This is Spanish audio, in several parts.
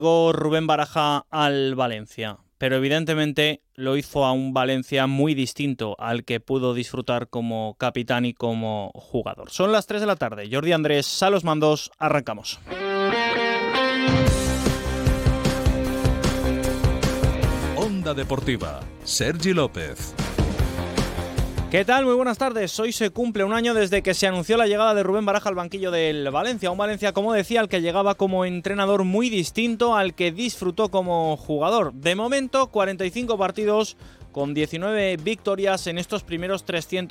Llegó Rubén Baraja al Valencia, pero evidentemente lo hizo a un Valencia muy distinto al que pudo disfrutar como capitán y como jugador. Son las 3 de la tarde. Jordi Andrés a los mandos. Arrancamos. Onda Deportiva, Sergi López. ¿Qué tal? Muy buenas tardes. Hoy se cumple un año desde que se anunció la llegada de Rubén Baraja al banquillo del Valencia. Un Valencia, como decía, al que llegaba como entrenador muy distinto al que disfrutó como jugador. De momento, 45 partidos con 19 victorias en estos primeros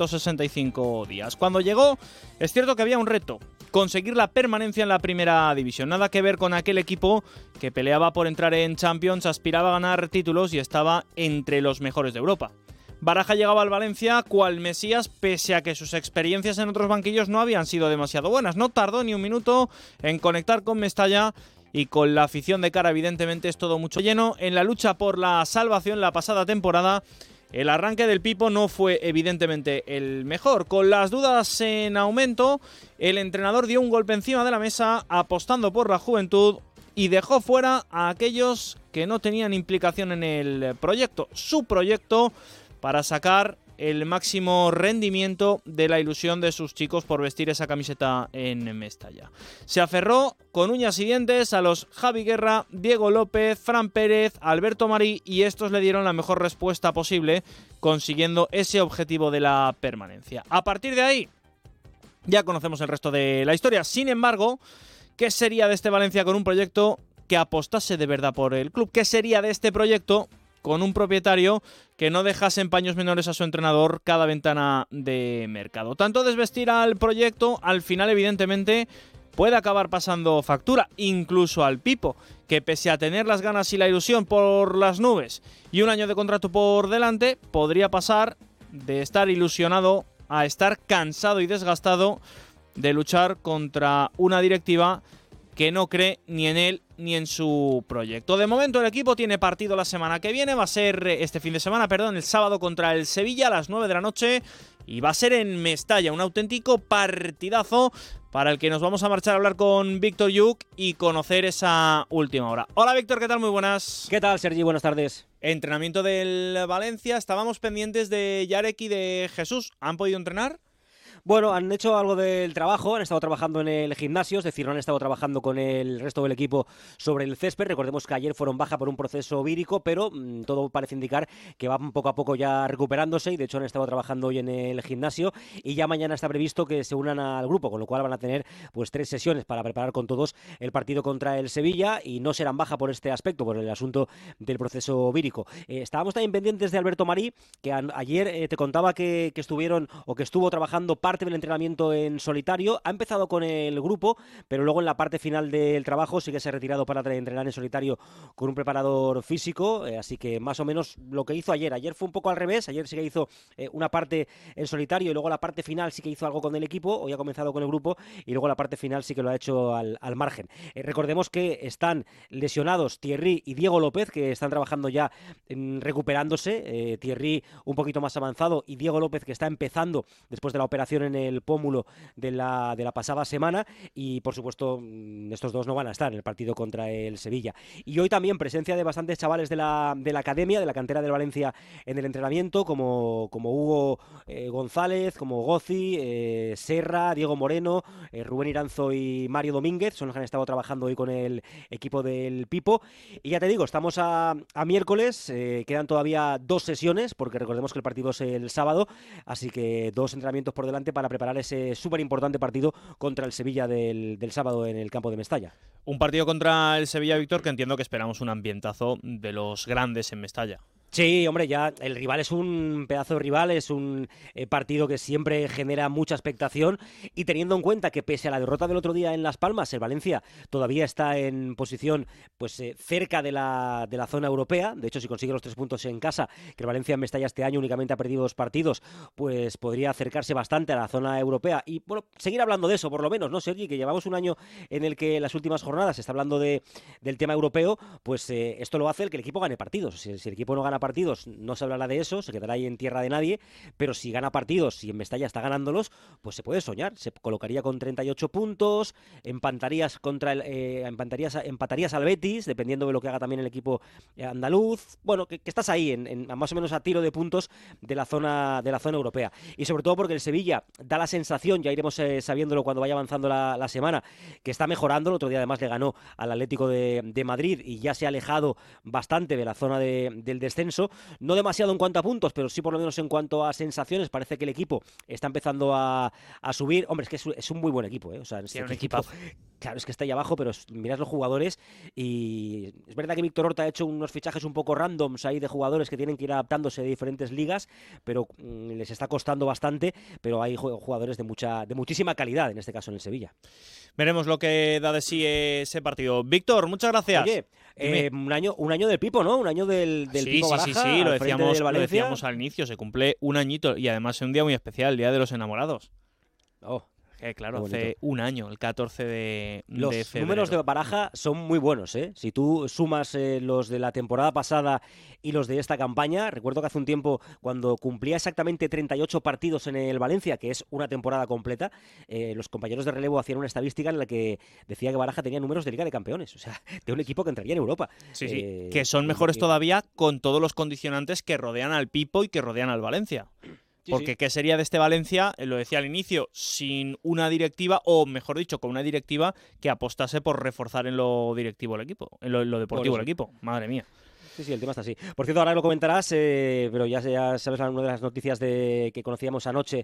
365 días. Cuando llegó, es cierto que había un reto: conseguir la permanencia en la primera división. Nada que ver con aquel equipo que peleaba por entrar en Champions, aspiraba a ganar títulos y estaba entre los mejores de Europa. Baraja llegaba al Valencia cual Mesías, pese a que sus experiencias en otros banquillos no habían sido demasiado buenas. No tardó ni un minuto en conectar con Mestalla y con la afición de cara, evidentemente es todo mucho lleno. En la lucha por la salvación la pasada temporada, el arranque del Pipo no fue evidentemente el mejor. Con las dudas en aumento, el entrenador dio un golpe encima de la mesa apostando por la juventud y dejó fuera a aquellos que no tenían implicación en el proyecto. Su proyecto para sacar el máximo rendimiento de la ilusión de sus chicos por vestir esa camiseta en Mestalla. Se aferró con uñas y dientes a los Javi Guerra, Diego López, Fran Pérez, Alberto Marí, y estos le dieron la mejor respuesta posible, consiguiendo ese objetivo de la permanencia. A partir de ahí, ya conocemos el resto de la historia. Sin embargo, ¿qué sería de este Valencia con un proyecto que apostase de verdad por el club? ¿Qué sería de este proyecto con un propietario que no dejase en paños menores a su entrenador cada ventana de mercado? Tanto desvestir al proyecto, al final evidentemente puede acabar pasando factura, incluso al Pipo, que pese a tener las ganas y la ilusión por las nubes y un año de contrato por delante, podría pasar de estar ilusionado a estar cansado y desgastado de luchar contra una directiva que no cree ni en él ni en su proyecto. De momento el equipo tiene partido la semana que viene, va a ser este fin de semana, el sábado contra el Sevilla a las 9 de la noche y va a ser en Mestalla, un auténtico partidazo para el que nos vamos a marchar a hablar con Víctor Lluch y conocer esa última hora. Hola Víctor, ¿qué tal? Muy buenas. ¿Qué tal, Sergi? Buenas tardes. Entrenamiento del Valencia, estábamos pendientes de Yarek y de Jesús. ¿Han podido entrenar? Bueno, han hecho algo del trabajo, han estado trabajando en el gimnasio, es decir, no han estado trabajando con el resto del equipo sobre el césped. Recordemos que ayer fueron baja por un proceso vírico, pero todo parece indicar que van poco a poco ya recuperándose y de hecho han estado trabajando hoy en el gimnasio y ya mañana está previsto que se unan al grupo, con lo cual van a tener pues 3 sesiones para preparar con todos el partido contra el Sevilla y no serán baja por este aspecto, por el asunto del proceso vírico. Estábamos también pendientes de Alberto Marí, que ayer te contaba que estuvieron o que estuvo trabajando parte del entrenamiento en solitario. Ha empezado con el grupo, pero luego en la parte final del trabajo sí que se ha retirado para entrenar en solitario con un preparador físico, así que más o menos lo que hizo ayer. Ayer fue un poco al revés, ayer sí que hizo una parte en solitario y luego la parte final sí que hizo algo con el equipo, hoy ha comenzado con el grupo y luego la parte final sí que lo ha hecho al margen. Recordemos que están lesionados Thierry y Diego López, que están trabajando ya recuperándose, Thierry un poquito más avanzado y Diego López que está empezando después de la operación en el pómulo de la pasada semana y por supuesto estos dos no van a estar en el partido contra el Sevilla. Y hoy también presencia de bastantes chavales de la academia, de la cantera del Valencia en el entrenamiento, como Hugo González, como Gozi, Serra, Diego Moreno, Rubén Iranzo y Mario Domínguez, son los que han estado trabajando hoy con el equipo del Pipo. Y ya te digo, estamos a miércoles, quedan todavía 2 sesiones, porque recordemos que el partido es el sábado, así que 2 entrenamientos por delante para preparar ese súper importante partido contra el Sevilla del sábado en el campo de Mestalla. Un partido contra el Sevilla, Víctor, que entiendo que esperamos un ambientazo de los grandes en Mestalla. Sí, hombre, ya el rival es un pedazo de rival, es un partido que siempre genera mucha expectación y teniendo en cuenta que pese a la derrota del otro día en Las Palmas, el Valencia todavía está en posición pues cerca de la zona europea. De hecho, si consigue los 3 puntos en casa, que el Valencia en Mestalla este año únicamente ha perdido 2 partidos, pues podría acercarse bastante a la zona europea y bueno, seguir hablando de eso por lo menos, ¿no, Sergi? Que llevamos un año en el que en las últimas jornadas se está hablando del tema europeo, pues esto lo hace el que el equipo gane partidos. Si el equipo no gana partidos no se hablará de eso, se quedará ahí en tierra de nadie, pero si gana partidos, si en Mestalla está ganándolos, pues se puede soñar, se colocaría con 38 puntos, empatarías al Betis, dependiendo de lo que haga también el equipo andaluz, bueno, que estás ahí en más o menos a tiro de puntos de la zona europea, y sobre todo porque el Sevilla da la sensación, ya iremos sabiéndolo cuando vaya avanzando la semana, que está mejorando. El otro día además le ganó al Atlético de Madrid y ya se ha alejado bastante de la zona del descenso, no demasiado en cuanto a puntos, pero sí por lo menos en cuanto a sensaciones. Parece que el equipo está empezando a subir. Hombre, es que es un muy buen equipo, ¿eh? O sea, Tiene un equipo, claro, es que está ahí abajo, pero miras los jugadores y es verdad que Víctor Horta ha hecho unos fichajes un poco randoms ahí de jugadores que tienen que ir adaptándose de diferentes ligas, pero les está costando bastante, pero hay jugadores de muchísima calidad, en este caso en el Sevilla. Veremos lo que da de sí ese partido. Víctor, muchas gracias. Oye, un año del Pipo, ¿no? Un año del Pipo Baraja. Sí, lo decíamos al inicio, se cumple un añito y además es un día muy especial, el Día de los Enamorados. Oh. Claro, hace un año, el 14 de febrero. Los números de Baraja son muy buenos, ¿eh? Si tú sumas los de la temporada pasada y los de esta campaña, recuerdo que hace un tiempo, cuando cumplía exactamente 38 partidos en el Valencia, que es una temporada completa, los compañeros de relevo hacían una estadística en la que decía que Baraja tenía números de Liga de Campeones, o sea, de un equipo que entraría en Europa. Sí, que son mejores todavía con todos los condicionantes que rodean al Pipo y que rodean al Valencia. Porque ¿qué sería de este Valencia? Lo decía al inicio, sin una directiva, o mejor dicho, con una directiva que apostase por reforzar en lo directivo el equipo, en lo deportivo el equipo. Madre mía. Sí, el tema está así. Por cierto, ahora lo comentarás, pero ya sabes una de las noticias que conocíamos anoche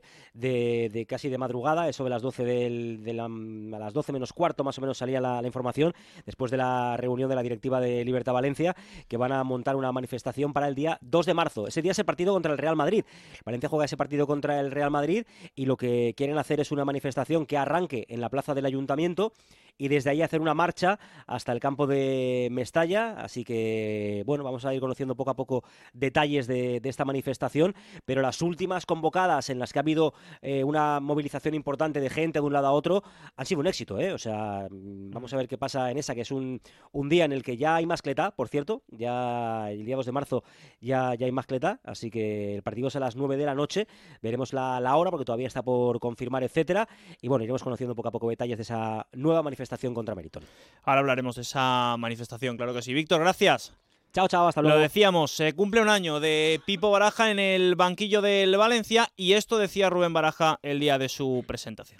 de casi de madrugada, eso de las 12 a las 12 menos cuarto más o menos salía la información, después de la reunión de la directiva de Libertad Valencia, que van a montar una manifestación para el día 2 de marzo. Ese día es el partido contra el Real Madrid. Valencia juega ese partido contra el Real Madrid y lo que quieren hacer es una manifestación que arranque en la plaza del Ayuntamiento y desde ahí hacer una marcha hasta el campo de Mestalla, así que bueno, vamos a ir conociendo poco a poco detalles de esta manifestación, pero las últimas convocadas en las que ha habido una movilización importante de gente de un lado a otro han sido un éxito, ¿eh? O sea, vamos a ver qué pasa en esa, que es un día en el que ya hay mascletá, por cierto, ya el día 2 de marzo ya hay mascletá, así que el partido es a las 9 de la noche, veremos la hora porque todavía está por confirmar, etcétera, y bueno, iremos conociendo poco a poco detalles de esa nueva manifestación contra Meriton. Ahora hablaremos de esa manifestación, claro que sí. Víctor, gracias. Chao, hasta luego. Lo decíamos, se cumple un año de Pipo Baraja en el banquillo del Valencia y esto decía Rubén Baraja el día de su presentación.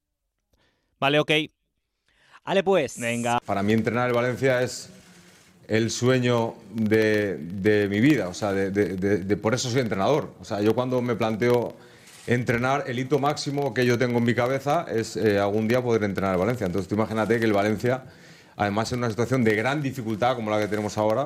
Vale, ok. Vale, pues. Venga. Para mí entrenar el Valencia es el sueño de mi vida, o sea, por eso soy entrenador. O sea, yo cuando me planteo entrenar, el hito máximo que yo tengo en mi cabeza es algún día poder entrenar el Valencia. Entonces tú imagínate que el Valencia, además en una situación de gran dificultad como la que tenemos ahora,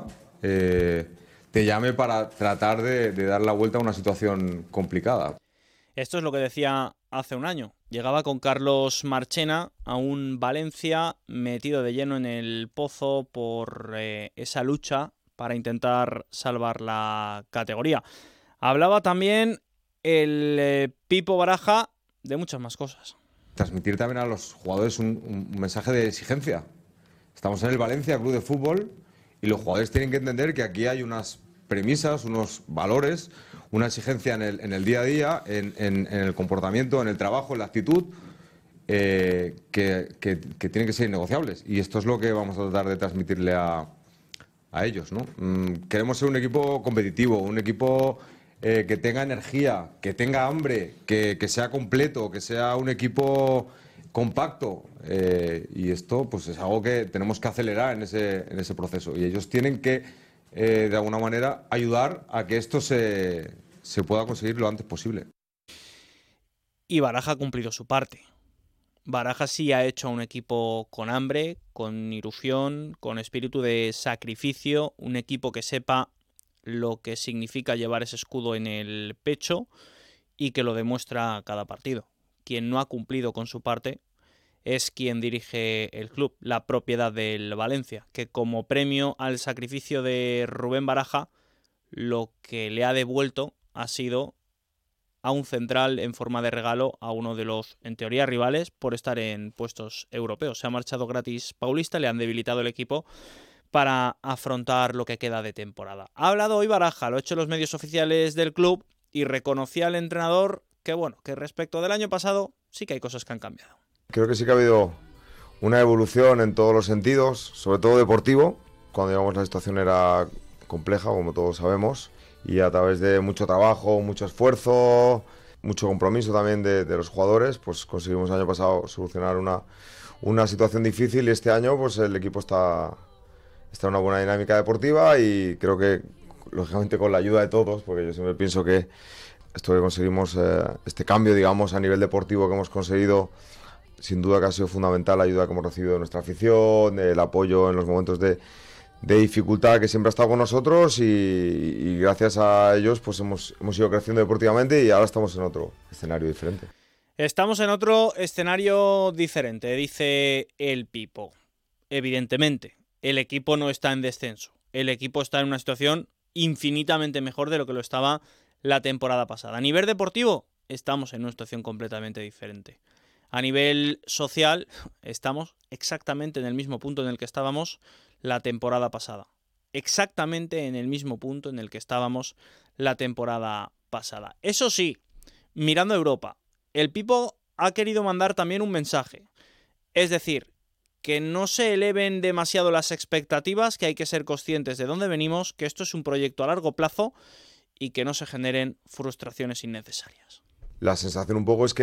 te llame para tratar de dar la vuelta a una situación complicada. Esto es lo que decía hace un año. Llegaba con Carlos Marchena a un Valencia metido de lleno en el pozo por esa lucha para intentar salvar la categoría. Hablaba también el Pipo Baraja de muchas más cosas. Transmitir también a los jugadores un mensaje de exigencia. Estamos en el Valencia Club de Fútbol y los jugadores tienen que entender que aquí hay unas premisas, unos valores, una exigencia en el día a día, en el comportamiento, en el trabajo, en la actitud, que tienen que ser innegociables. Y esto es lo que vamos a tratar de transmitirle a ellos, ¿no? Queremos ser un equipo competitivo, un equipo que tenga energía, que tenga hambre, que sea completo, que sea un equipo compacto, y esto pues es algo que tenemos que acelerar en ese proceso y ellos tienen que de alguna manera ayudar a que esto se pueda conseguir lo antes posible. Y Baraja ha cumplido su parte. Baraja sí ha hecho a un equipo con hambre, con ilusión, con espíritu de sacrificio, un equipo que sepa lo que significa llevar ese escudo en el pecho y que lo demuestra cada partido. Quien no ha cumplido con su parte es quien dirige el club, la propiedad del Valencia, que como premio al sacrificio de Rubén Baraja, lo que le ha devuelto ha sido a un central en forma de regalo a uno de los, en teoría, rivales por estar en puestos europeos. Se ha marchado gratis Paulista, le han debilitado el equipo para afrontar lo que queda de temporada. Ha hablado hoy Baraja, lo ha hecho en los medios oficiales del club y reconocía al entrenador que, bueno, que respecto del año pasado sí que hay cosas que han cambiado. Creo que sí que ha habido una evolución en todos los sentidos, sobre todo deportivo. Cuando llegamos la situación era compleja, como todos sabemos, y a través de mucho trabajo, mucho esfuerzo, mucho compromiso también de los jugadores, pues conseguimos el año pasado solucionar una situación difícil, y este año pues el equipo está en una buena dinámica deportiva, y creo que lógicamente con la ayuda de todos, porque yo siempre pienso que esto que conseguimos, este cambio, digamos, a nivel deportivo que hemos conseguido, sin duda que ha sido fundamental la ayuda que hemos recibido de nuestra afición, el apoyo en los momentos de dificultad que siempre ha estado con nosotros, y gracias a ellos pues hemos ido creciendo deportivamente, y ahora estamos en otro escenario diferente. Estamos en otro escenario diferente, dice el Pipo. Evidentemente, el equipo no está en descenso. El equipo está en una situación infinitamente mejor de lo que lo estaba la temporada pasada. A nivel deportivo, estamos en una situación completamente diferente. A nivel social, estamos exactamente en el mismo punto en el que estábamos la temporada pasada. Exactamente en el mismo punto en el que estábamos la temporada pasada. Eso sí, mirando a Europa, el Pipo ha querido mandar también un mensaje. Es decir, que no se eleven demasiado las expectativas, que hay que ser conscientes de dónde venimos, que esto es un proyecto a largo plazo y que no se generen frustraciones innecesarias. La sensación un poco es que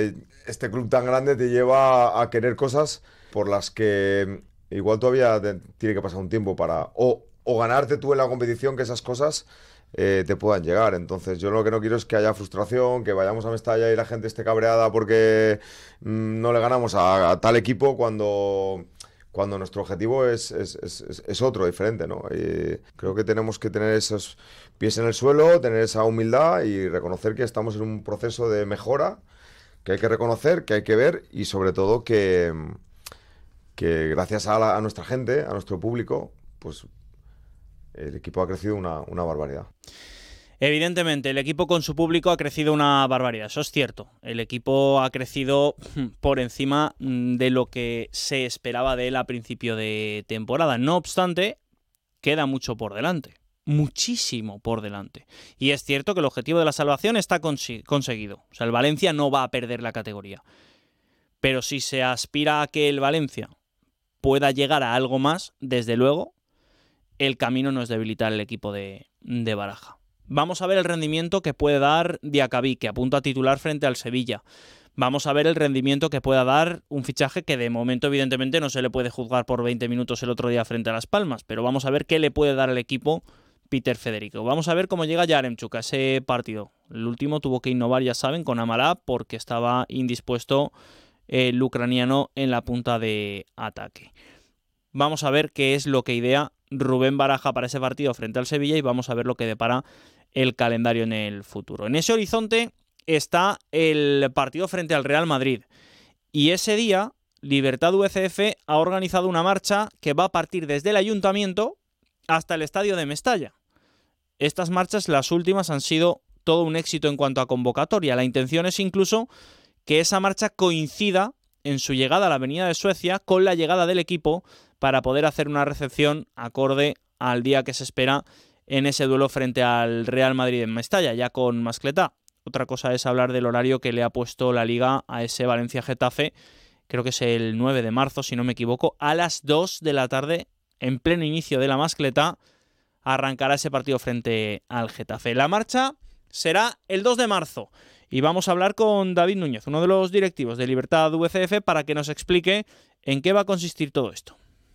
este club tan grande te lleva a querer cosas por las que igual todavía tiene que pasar un tiempo para o ganarte tú en la competición, que esas cosas te puedan llegar. Entonces yo lo que no quiero es que haya frustración, que vayamos a Mestalla y la gente esté cabreada porque no le ganamos a tal equipo cuando nuestro objetivo es otro, diferente, ¿no? Y creo que tenemos que tener esos pies en el suelo, tener esa humildad y reconocer que estamos en un proceso de mejora, que hay que reconocer, que hay que ver, y sobre todo que gracias a nuestra gente, a nuestro público, pues el equipo ha crecido una barbaridad. Evidentemente, el equipo con su público ha crecido una barbaridad, eso es cierto. El equipo ha crecido por encima de lo que se esperaba de él a principio de temporada. No obstante, queda mucho por delante, muchísimo por delante. Y es cierto que el objetivo de la salvación está conseguido. O sea, el Valencia no va a perder la categoría. Pero si se aspira a que el Valencia pueda llegar a algo más, desde luego, el camino no es debilitar el equipo de Baraja. Vamos a ver el rendimiento que puede dar Diacabí, que apunta a titular frente al Sevilla. Vamos a ver el rendimiento que pueda dar un fichaje que de momento evidentemente no se le puede juzgar por 20 minutos el otro día frente a Las Palmas, pero vamos a ver qué le puede dar al equipo Peter Federico. Vamos a ver cómo llega Yaremchuk a ese partido. El último tuvo que innovar, ya saben, con Amalá porque estaba indispuesto el ucraniano en la punta de ataque. Vamos a ver qué es lo que idea Rubén Baraja para ese partido frente al Sevilla, y vamos a ver lo que depara el calendario en el futuro. En ese horizonte está el partido frente al Real Madrid, y ese día Libertad VCF ha organizado una marcha que va a partir desde el ayuntamiento hasta el estadio de Mestalla. Estas marchas, las últimas, han sido todo un éxito en cuanto a convocatoria. La intención es incluso que esa marcha coincida en su llegada a la Avenida de Suecia con la llegada del equipo, para poder hacer una recepción acorde al día que se espera en ese duelo frente al Real Madrid en Mestalla, ya con mascletá. Otra cosa es hablar del horario que le ha puesto la Liga a ese Valencia-Getafe, creo que es el 9 de marzo, si no me equivoco, a las 2 de la tarde, en pleno inicio de la mascletá, arrancará ese partido frente al Getafe. La marcha será el 2 de marzo, y vamos a hablar con David Núñez, uno de los directivos de Libertad VCF, para que nos explique en qué va a consistir todo esto.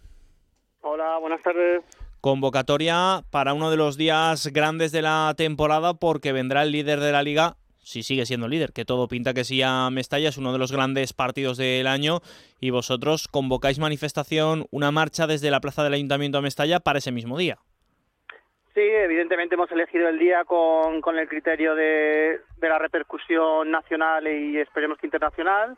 Hola, buenas tardes. Convocatoria para uno de los días grandes de la temporada, porque vendrá el líder de la Liga, si sigue siendo líder, que todo pinta que sí, a Mestalla. Es uno de los grandes partidos del año, y vosotros convocáis manifestación, una marcha desde la plaza del Ayuntamiento a Mestalla para ese mismo día. Sí, evidentemente hemos elegido el día con el criterio de la repercusión nacional y esperemos que internacional.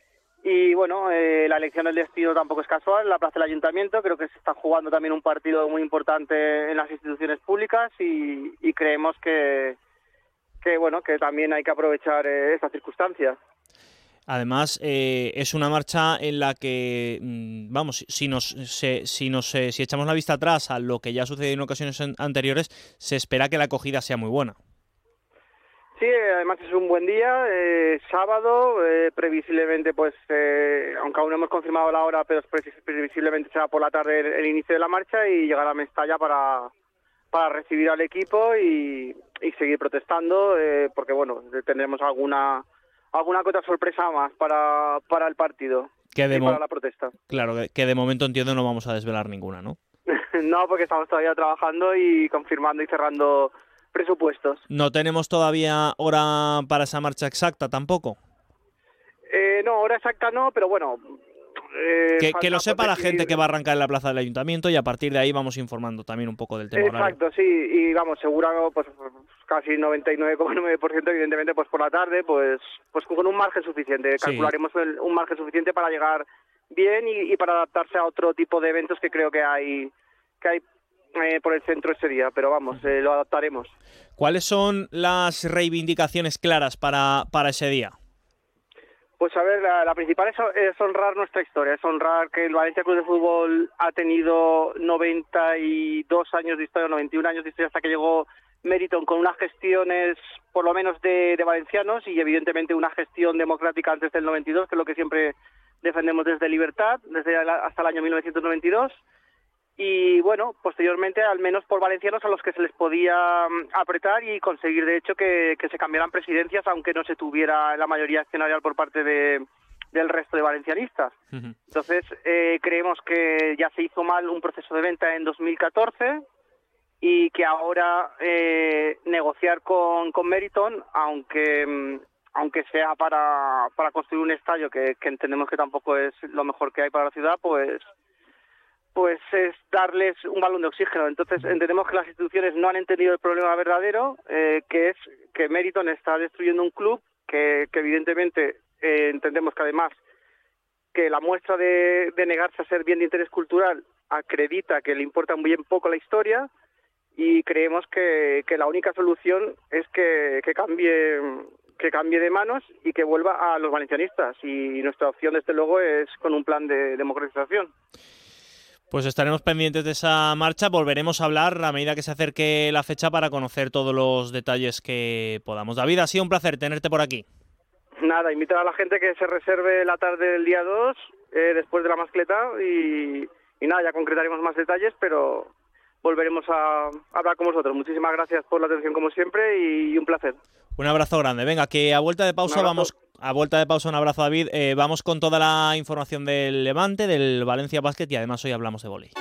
Y bueno, la elección del destino tampoco es casual. La plaza del Ayuntamiento, creo que se está jugando también un partido muy importante en las instituciones públicas, y creemos que bueno, que también hay que aprovechar estas circunstancias. Además, es una marcha en la que, vamos, si echamos la vista atrás a lo que ya ha sucedido en ocasiones anteriores, se espera que la acogida sea muy buena. Sí, además es un buen día, sábado, previsiblemente, pues, aunque aún no hemos confirmado la hora, pero previsiblemente será por la tarde el inicio de la marcha y llegar a Mestalla para recibir al equipo y seguir protestando, porque, bueno, tendremos alguna que otra sorpresa más para el partido y para la protesta. Claro, que de momento entiendo no vamos a desvelar ninguna, ¿no? No, porque estamos todavía trabajando y confirmando y cerrando presupuestos. ¿No tenemos todavía hora para esa marcha exacta tampoco? No, hora exacta no, pero bueno... que lo sepa la gente que va a arrancar en la plaza del Ayuntamiento y a partir de ahí vamos informando también un poco del tema horario. Exacto, sí, y vamos, seguro pues casi 99,9% evidentemente pues por la tarde, pues con un margen suficiente. Sí. Calcularemos un margen suficiente para llegar bien y para adaptarse a otro tipo de eventos que creo que hay por el centro ese día, pero vamos, lo adaptaremos. ¿Cuáles son las reivindicaciones claras para ese día? Pues a ver, la principal es honrar nuestra historia, es honrar que el Valencia Club de Fútbol ha tenido 92 años de historia, 91 años de historia hasta que llegó Meriton con unas gestiones por lo menos de valencianos y evidentemente una gestión democrática antes del 92, que es lo que siempre defendemos desde Libertad, hasta el año 1992. Y bueno, posteriormente al menos por valencianos a los que se les podía apretar y conseguir de hecho que se cambiaran presidencias aunque no se tuviera la mayoría accionarial por parte del resto de valencianistas. Uh-huh. Entonces creemos que ya se hizo mal un proceso de venta en 2014 y que ahora negociar con Meriton, aunque sea para construir un estadio que entendemos que tampoco es lo mejor que hay para la ciudad, pues es darles un balón de oxígeno. Entonces entendemos que las instituciones no han entendido el problema verdadero, que es que Meriton está destruyendo un club que evidentemente entendemos que además que la muestra de negarse a ser bien de interés cultural acredita que le importa bien poco la historia y creemos que la única solución es que cambie de manos y que vuelva a los valencianistas y nuestra opción desde luego es con un plan de democratización. Pues estaremos pendientes de esa marcha, volveremos a hablar a medida que se acerque la fecha para conocer todos los detalles que podamos. David, ha sido un placer tenerte por aquí. Nada, invitar a la gente que se reserve la tarde del día 2, después de la mascleta, y nada, ya concretaremos más detalles, pero volveremos a hablar con vosotros. Muchísimas gracias por la atención como siempre y un placer. Un abrazo grande. Venga, que a vuelta de pausa vamos... A vuelta de pausa, un abrazo, David. Vamos con toda la información del Levante, del Valencia Basket y además hoy hablamos de vóley.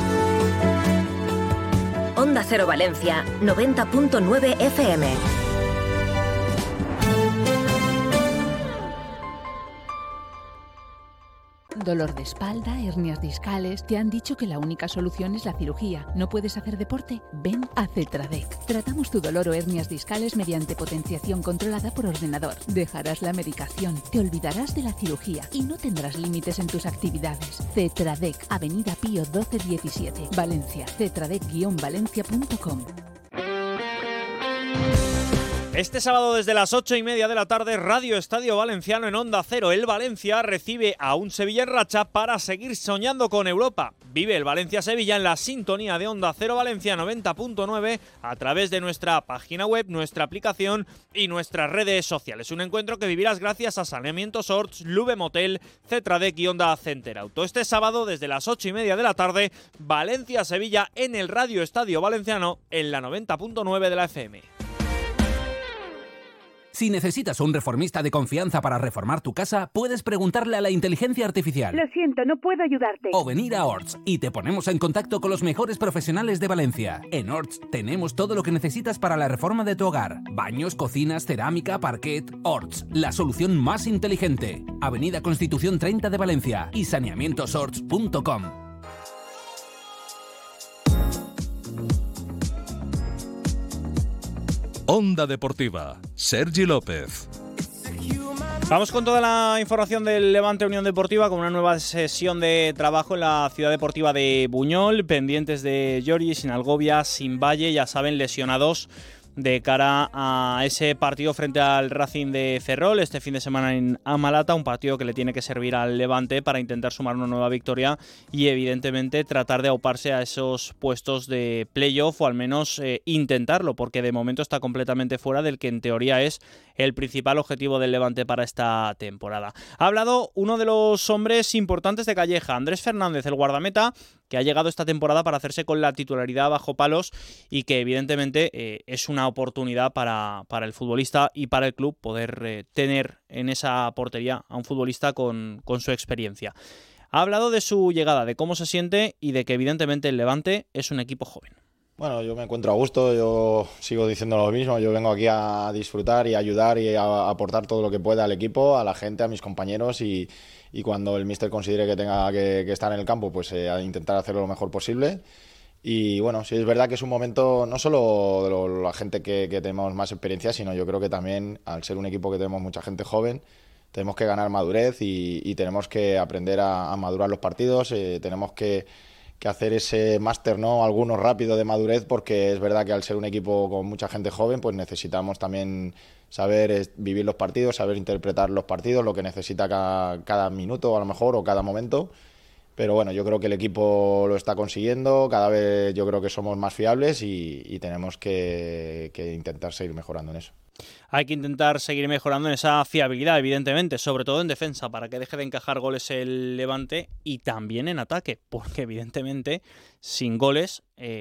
Onda Cero Valencia, 90.9 FM. Dolor de espalda, hernias discales. ¿Te han dicho que la única solución es la cirugía? ¿No puedes hacer deporte? Ven a Cetradec. Tratamos tu dolor o hernias discales mediante potenciación controlada por ordenador. Dejarás la medicación, te olvidarás de la cirugía y no tendrás límites en tus actividades. Cetradec, Avenida Pío 1217, Valencia. Cetradec-valencia.com. Este sábado desde las 8:30 de la tarde, Radio Estadio Valenciano en Onda Cero. El Valencia recibe a un Sevilla en racha para seguir soñando con Europa. Vive el Valencia-Sevilla en la sintonía de Onda Cero Valencia 90.9 a través de nuestra página web, nuestra aplicación y nuestras redes sociales. Un encuentro que vivirás gracias a Saneamientos Orts, Lube Motel, Cetradec y Honda Center Auto. Este sábado desde las 8:30 de la tarde, Valencia-Sevilla en el Radio Estadio Valenciano en la 90.9 de la FM. Si necesitas un reformista de confianza para reformar tu casa, puedes preguntarle a la inteligencia artificial. Lo siento, no puedo ayudarte. O venir a Orts y te ponemos en contacto con los mejores profesionales de Valencia. En Orts tenemos todo lo que necesitas para la reforma de tu hogar. Baños, cocinas, cerámica, parquet. Orts, la solución más inteligente. Avenida Constitución 30 de Valencia y saneamientosorts.com. Onda Deportiva, Sergi López. Vamos con toda la información del Levante Unión Deportiva con una nueva sesión de trabajo en la ciudad deportiva de Buñol, pendientes de Giorgi, Sinalgovia, Sin Valle, ya saben, lesionados de cara a ese partido frente al Racing de Ferrol este fin de semana en Amalata, un partido que le tiene que servir al Levante para intentar sumar una nueva victoria y evidentemente tratar de auparse a esos puestos de playoff, o al menos intentarlo, porque de momento está completamente fuera del que en teoría es el principal objetivo del Levante para esta temporada. Ha hablado uno de los hombres importantes de Calleja, Andrés Fernández, el guardameta, que ha llegado esta temporada para hacerse con la titularidad bajo palos y que evidentemente es una oportunidad para el futbolista y para el club poder tener en esa portería a un futbolista con su experiencia. Ha hablado de su llegada, de cómo se siente y de que evidentemente el Levante es un equipo joven. Bueno, yo me encuentro a gusto, yo sigo diciendo lo mismo, yo vengo aquí a disfrutar y a ayudar y a aportar todo lo que pueda al equipo, a la gente, a mis compañeros y cuando el míster considere que tenga que estar en el campo, pues a intentar hacerlo lo mejor posible. Y bueno, sí es verdad que es un momento, no solo la gente que tenemos más experiencia, sino yo creo que también, al ser un equipo que tenemos mucha gente joven, tenemos que ganar madurez y tenemos que aprender a madurar los partidos, tenemos que hacer ese máster, ¿no? Algunos rápido de madurez, porque es verdad que al ser un equipo con mucha gente joven, pues necesitamos también saber vivir los partidos, saber interpretar los partidos, lo que necesita cada minuto a lo mejor o cada momento. Pero bueno, yo creo que el equipo lo está consiguiendo, cada vez yo creo que somos más fiables y tenemos que intentar seguir mejorando en eso. Hay que intentar seguir mejorando en esa fiabilidad, evidentemente, sobre todo en defensa, para que deje de encajar goles el Levante, y también en ataque, porque evidentemente sin goles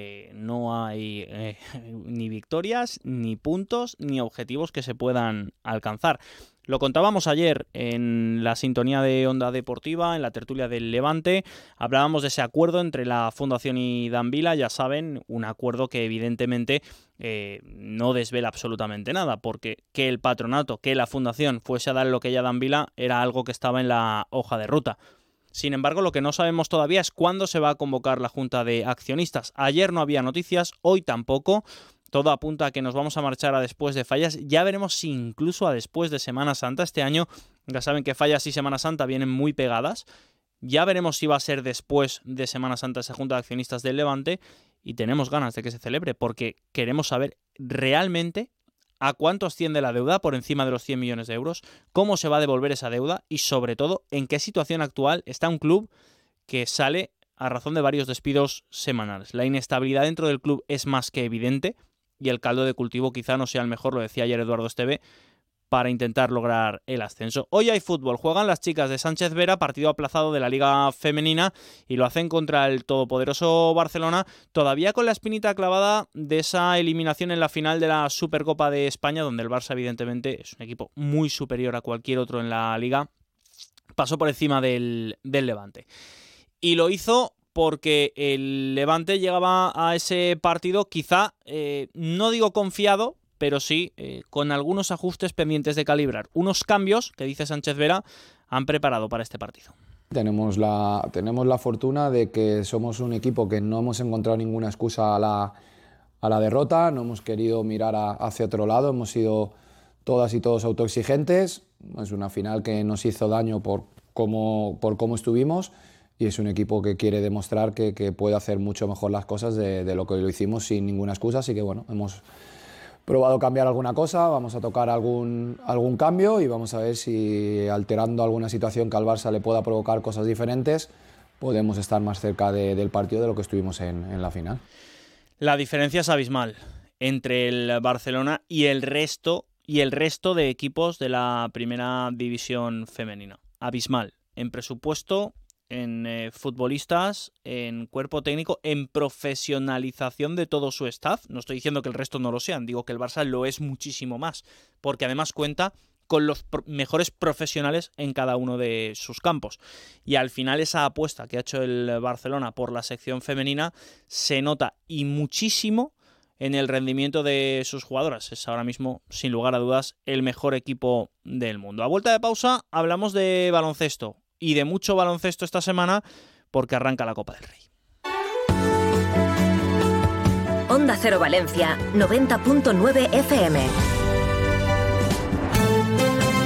no hay ni victorias, ni puntos, ni objetivos que se puedan alcanzar. Lo contábamos ayer en la sintonía de Onda Deportiva, en la tertulia del Levante. Hablábamos de ese acuerdo entre la Fundación y Dan Vila, ya saben, un acuerdo que evidentemente no desvela absolutamente nada, porque que el patronato, que la Fundación fuese a dar lo que ya Dan Vila era algo que estaba en la hoja de ruta. Sin embargo, lo que no sabemos todavía es cuándo se va a convocar la Junta de Accionistas. Ayer no había noticias, hoy tampoco. Todo apunta a que nos vamos a marchar a después de Fallas. Ya veremos si incluso a después de Semana Santa. Este año ya saben que Fallas y Semana Santa vienen muy pegadas. Ya veremos si va a ser después de Semana Santa esa Junta de Accionistas del Levante. Y tenemos ganas de que se celebre porque queremos saber realmente a cuánto asciende la deuda por encima de los 100 millones de euros, cómo se va a devolver esa deuda y sobre todo en qué situación actual está un club que sale a razón de varios despidos semanales. La inestabilidad dentro del club es más que evidente. Y el caldo de cultivo quizá no sea el mejor, lo decía ayer Eduardo Esteve, para intentar lograr el ascenso. Hoy hay fútbol, juegan las chicas de Sánchez Vera, partido aplazado de la Liga Femenina, y lo hacen contra el todopoderoso Barcelona, todavía con la espinita clavada de esa eliminación en la final de la Supercopa de España, donde el Barça evidentemente es un equipo muy superior a cualquier otro en la Liga, pasó por encima del Levante. Y lo hizo porque el Levante llegaba a ese partido quizá, no digo confiado, pero sí con algunos ajustes pendientes de calibrar. Unos cambios que, dice Sánchez Vera, han preparado para este partido. Tenemos la fortuna de que somos un equipo que no hemos encontrado ninguna excusa a la derrota, no hemos querido mirar hacia otro lado, hemos sido todas y todos autoexigentes. Es una final que nos hizo daño por cómo estuvimos. Y es un equipo que quiere demostrar que puede hacer mucho mejor las cosas de lo que lo hicimos sin ninguna excusa. Así que bueno, hemos probado cambiar alguna cosa, vamos a tocar algún cambio y vamos a ver si alterando alguna situación que al Barça le pueda provocar cosas diferentes, podemos estar más cerca del partido de lo que estuvimos en la final. La diferencia es abismal entre el Barcelona y el resto de equipos de la primera división femenina. Abismal. En presupuesto, en futbolistas, en cuerpo técnico, en profesionalización de todo su staff. No estoy diciendo que el resto no lo sean, digo que el Barça lo es muchísimo más, porque además cuenta con los mejores profesionales en cada uno de sus campos. Y al final esa apuesta que ha hecho el Barcelona por la sección femenina se nota y muchísimo en el rendimiento de sus jugadoras. Es ahora mismo, sin lugar a dudas, el mejor equipo del mundo. A vuelta de pausa hablamos de baloncesto. Y de mucho baloncesto esta semana porque arranca la Copa del Rey. Onda Cero Valencia, 90.9 FM.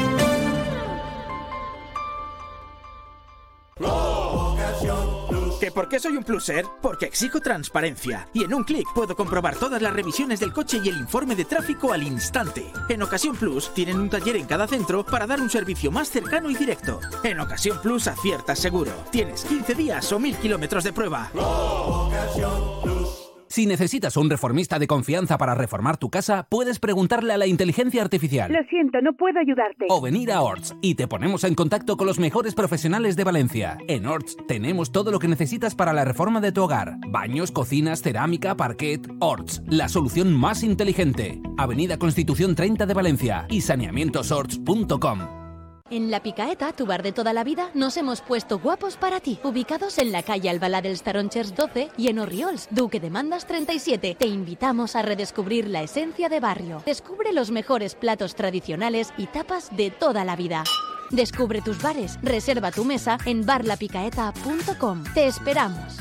Te por qué soy un pluser? Porque exijo transparencia. Y en un clic puedo comprobar todas las revisiones del coche y el informe de tráfico al instante. En Ocasión Plus tienen un taller en cada centro para dar un servicio más cercano y directo. En Ocasión Plus aciertas seguro. Tienes 15 días o 1000 kilómetros de prueba. Si necesitas un reformista de confianza para reformar tu casa, puedes preguntarle a la inteligencia artificial. Lo siento, no puedo ayudarte. O venir a Orts y te ponemos en contacto con los mejores profesionales de Valencia. En Orts tenemos todo lo que necesitas para la reforma de tu hogar. Baños, cocinas, cerámica, parquet. Orts, la solución más inteligente. Avenida Constitución 30 de Valencia y saneamientosorts.com. En La Picaeta, tu bar de toda la vida, nos hemos puesto guapos para ti. Ubicados en la calle Albalá dels Taronchers 12 y en Orriols, Duque de Mandas 37. Te invitamos a redescubrir la esencia de barrio. Descubre los mejores platos tradicionales y tapas de toda la vida. Descubre tus bares, reserva tu mesa en barlapicaeta.com. Te esperamos.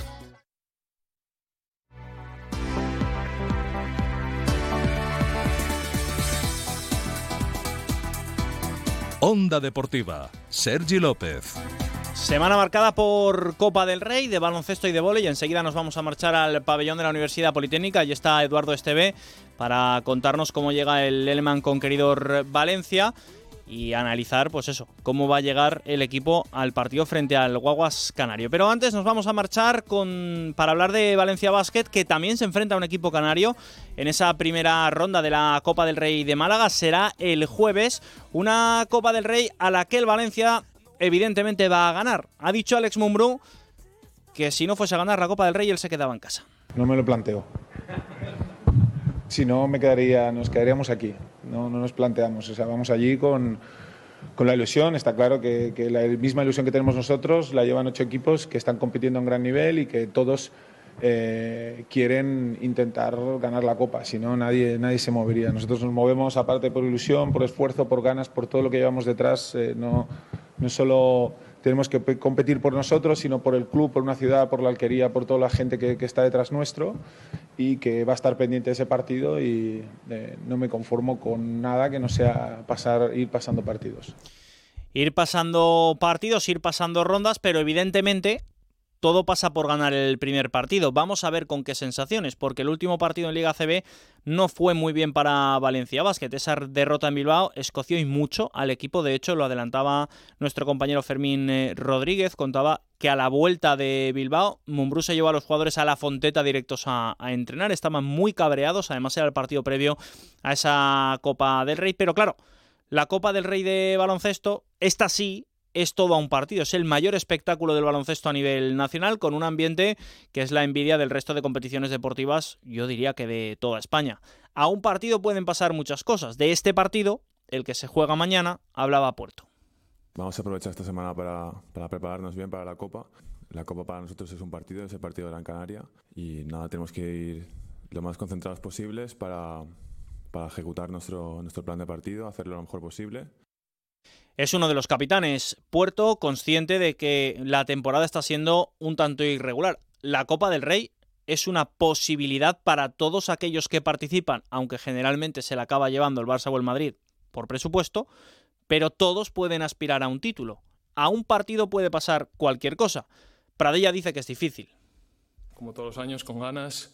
Onda Deportiva, Sergi López. Semana marcada por Copa del Rey, de baloncesto y de vóley. Enseguida nos vamos a marchar al pabellón de la Universidad Politécnica. Allí está Eduardo Esteve para contarnos cómo llega el Lehmann Conqueridor Valencia y analizar, pues eso, cómo va a llegar el equipo al partido frente al Guaguas Canario. Pero antes nos vamos a marchar para hablar de Valencia Basket, que también se enfrenta a un equipo canario en esa primera ronda de la Copa del Rey de Málaga. Será el jueves, una Copa del Rey a la que el Valencia evidentemente va a ganar. Ha dicho Alex Mumbrú que si no fuese a ganar la Copa del Rey, él se quedaba en casa. No me lo planteo. Si no, nos quedaríamos aquí. No nos planteamos. O sea, vamos allí con la ilusión. Está claro que la misma ilusión que tenemos nosotros la llevan 8 equipos que están compitiendo a un gran nivel y que todos quieren intentar ganar la Copa. Si no, nadie se movería. Nosotros nos movemos aparte por ilusión, por esfuerzo, por ganas, por todo lo que llevamos detrás. No solo tenemos que competir por nosotros, sino por el club, por una ciudad, por la alquería, por toda la gente que está detrás nuestro y que va a estar pendiente de ese partido, y no me conformo con nada que no sea ir pasando partidos. Ir pasando partidos, ir pasando rondas, pero evidentemente todo pasa por ganar el primer partido. Vamos a ver con qué sensaciones, porque el último partido en Liga ACB no fue muy bien para Valencia Basket. Esa derrota en Bilbao escoció y mucho al equipo. De hecho, lo adelantaba nuestro compañero Fermín Rodríguez. Contaba que a la vuelta de Bilbao, Mumbrú se llevó a los jugadores a la Fonteta directos a entrenar. Estaban muy cabreados. Además, era el partido previo a esa Copa del Rey. Pero claro, la Copa del Rey de baloncesto, esta sí, es todo a un partido. Es el mayor espectáculo del baloncesto a nivel nacional, con un ambiente que es la envidia del resto de competiciones deportivas, yo diría que de toda España. A un partido pueden pasar muchas cosas. De este partido, el que se juega mañana, hablaba Puerto. Vamos a aprovechar esta semana para prepararnos bien para la Copa. La Copa para nosotros es un partido, es el partido de Gran Canaria, y nada, tenemos que ir lo más concentrados posibles para ejecutar nuestro plan de partido, hacerlo lo mejor posible. Es uno de los capitanes, Puerto, consciente de que la temporada está siendo un tanto irregular. La Copa del Rey es una posibilidad para todos aquellos que participan, aunque generalmente se la acaba llevando el Barça o el Madrid por presupuesto, pero todos pueden aspirar a un título. A un partido puede pasar cualquier cosa. Pradilla dice que es difícil. Como todos los años, con ganas,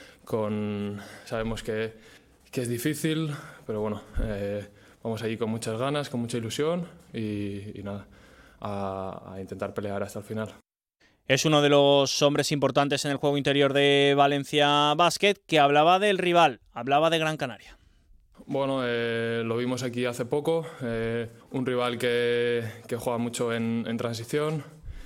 sabemos que es difícil, pero bueno, vamos allí con muchas ganas, con mucha ilusión y nada, a intentar pelear hasta el final. Es uno de los hombres importantes en el juego interior de Valencia Basket, que hablaba del rival, hablaba de Gran Canaria. Bueno, lo vimos aquí hace poco, un rival que juega mucho en transición,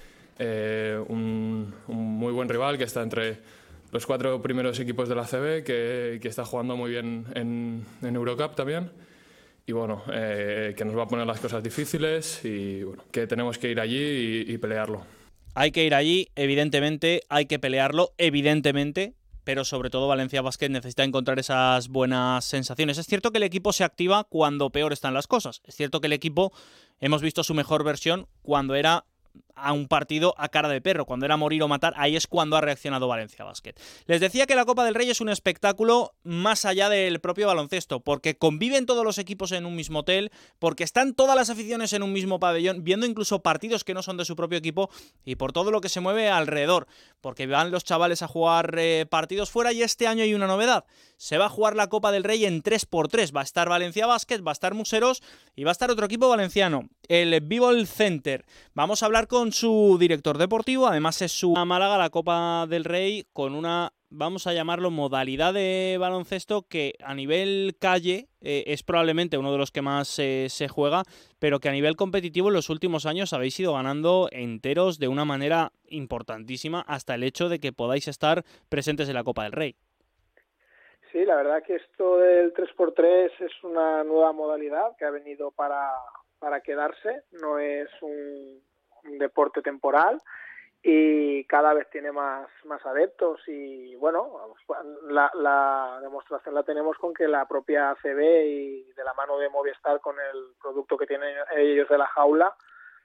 un muy buen rival que está entre los 4 primeros equipos de la ACB, que está jugando muy bien en Eurocup también. Y bueno, que nos va a poner las cosas difíciles y bueno, que tenemos que ir allí y pelearlo. Hay que ir allí, evidentemente, hay que pelearlo, evidentemente, pero sobre todo Valencia Basket necesita encontrar esas buenas sensaciones. Es cierto que el equipo se activa cuando peor están las cosas. Es cierto que el equipo hemos visto su mejor versión cuando era a un partido a cara de perro. Cuando era morir o matar, ahí es cuando ha reaccionado Valencia Basket. Les decía que la Copa del Rey es un espectáculo más allá del propio baloncesto, porque conviven todos los equipos en un mismo hotel, porque están todas las aficiones en un mismo pabellón, viendo incluso partidos que no son de su propio equipo, y por todo lo que se mueve alrededor, porque van los chavales a jugar partidos fuera, y este año hay una novedad. Se va a jugar la Copa del Rey en 3x3. Va a estar Valencia Basket, va a estar Museros y va a estar otro equipo valenciano, el B-Ball Center. Vamos a hablar con su director deportivo, además es su Málaga, la Copa del Rey, con una, vamos a llamarlo, modalidad de baloncesto que a nivel calle es probablemente uno de los que más se juega, pero que a nivel competitivo en los últimos años habéis ido ganando enteros de una manera importantísima, hasta el hecho de que podáis estar presentes en la Copa del Rey. Sí, la verdad que esto del 3x3 es una nueva modalidad que ha venido para quedarse, no es un deporte temporal y cada vez tiene más adeptos y bueno, la demostración la tenemos con que la propia ACB y de la mano de Movistar con el producto que tienen ellos de la jaula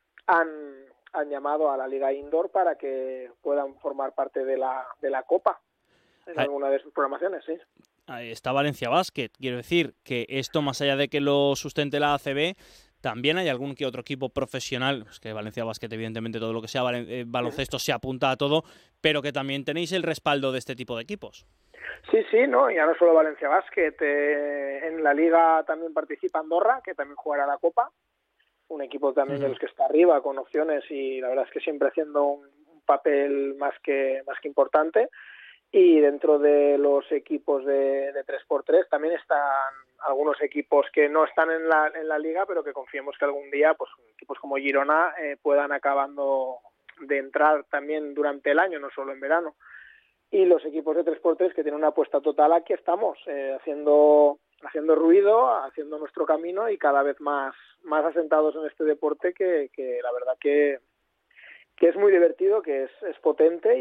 han llamado a la Liga Indoor para que puedan formar parte de la Copa en alguna de sus programaciones, sí. Está Valencia Basket, quiero decir que esto, más allá de que lo sustente la ACB, también hay algún que otro equipo profesional, pues que Valencia Basket, evidentemente, todo lo que sea baloncesto se apunta a todo, pero que también tenéis el respaldo de este tipo de equipos. Sí, no, ya no solo Valencia Basket, en la liga también participa Andorra, que también jugará la Copa, un equipo también de los que está arriba con opciones y la verdad es que siempre haciendo un papel más que importante. Y dentro de los equipos de 3x3 también están algunos equipos que no están en la liga, pero que confiemos que algún día pues equipos como Girona puedan acabando de entrar también durante el año, no solo en verano. Y los equipos de 3x3 que tienen una apuesta total, aquí estamos, haciendo ruido, haciendo nuestro camino y cada vez más asentados en este deporte que la verdad que es muy divertido, que es potente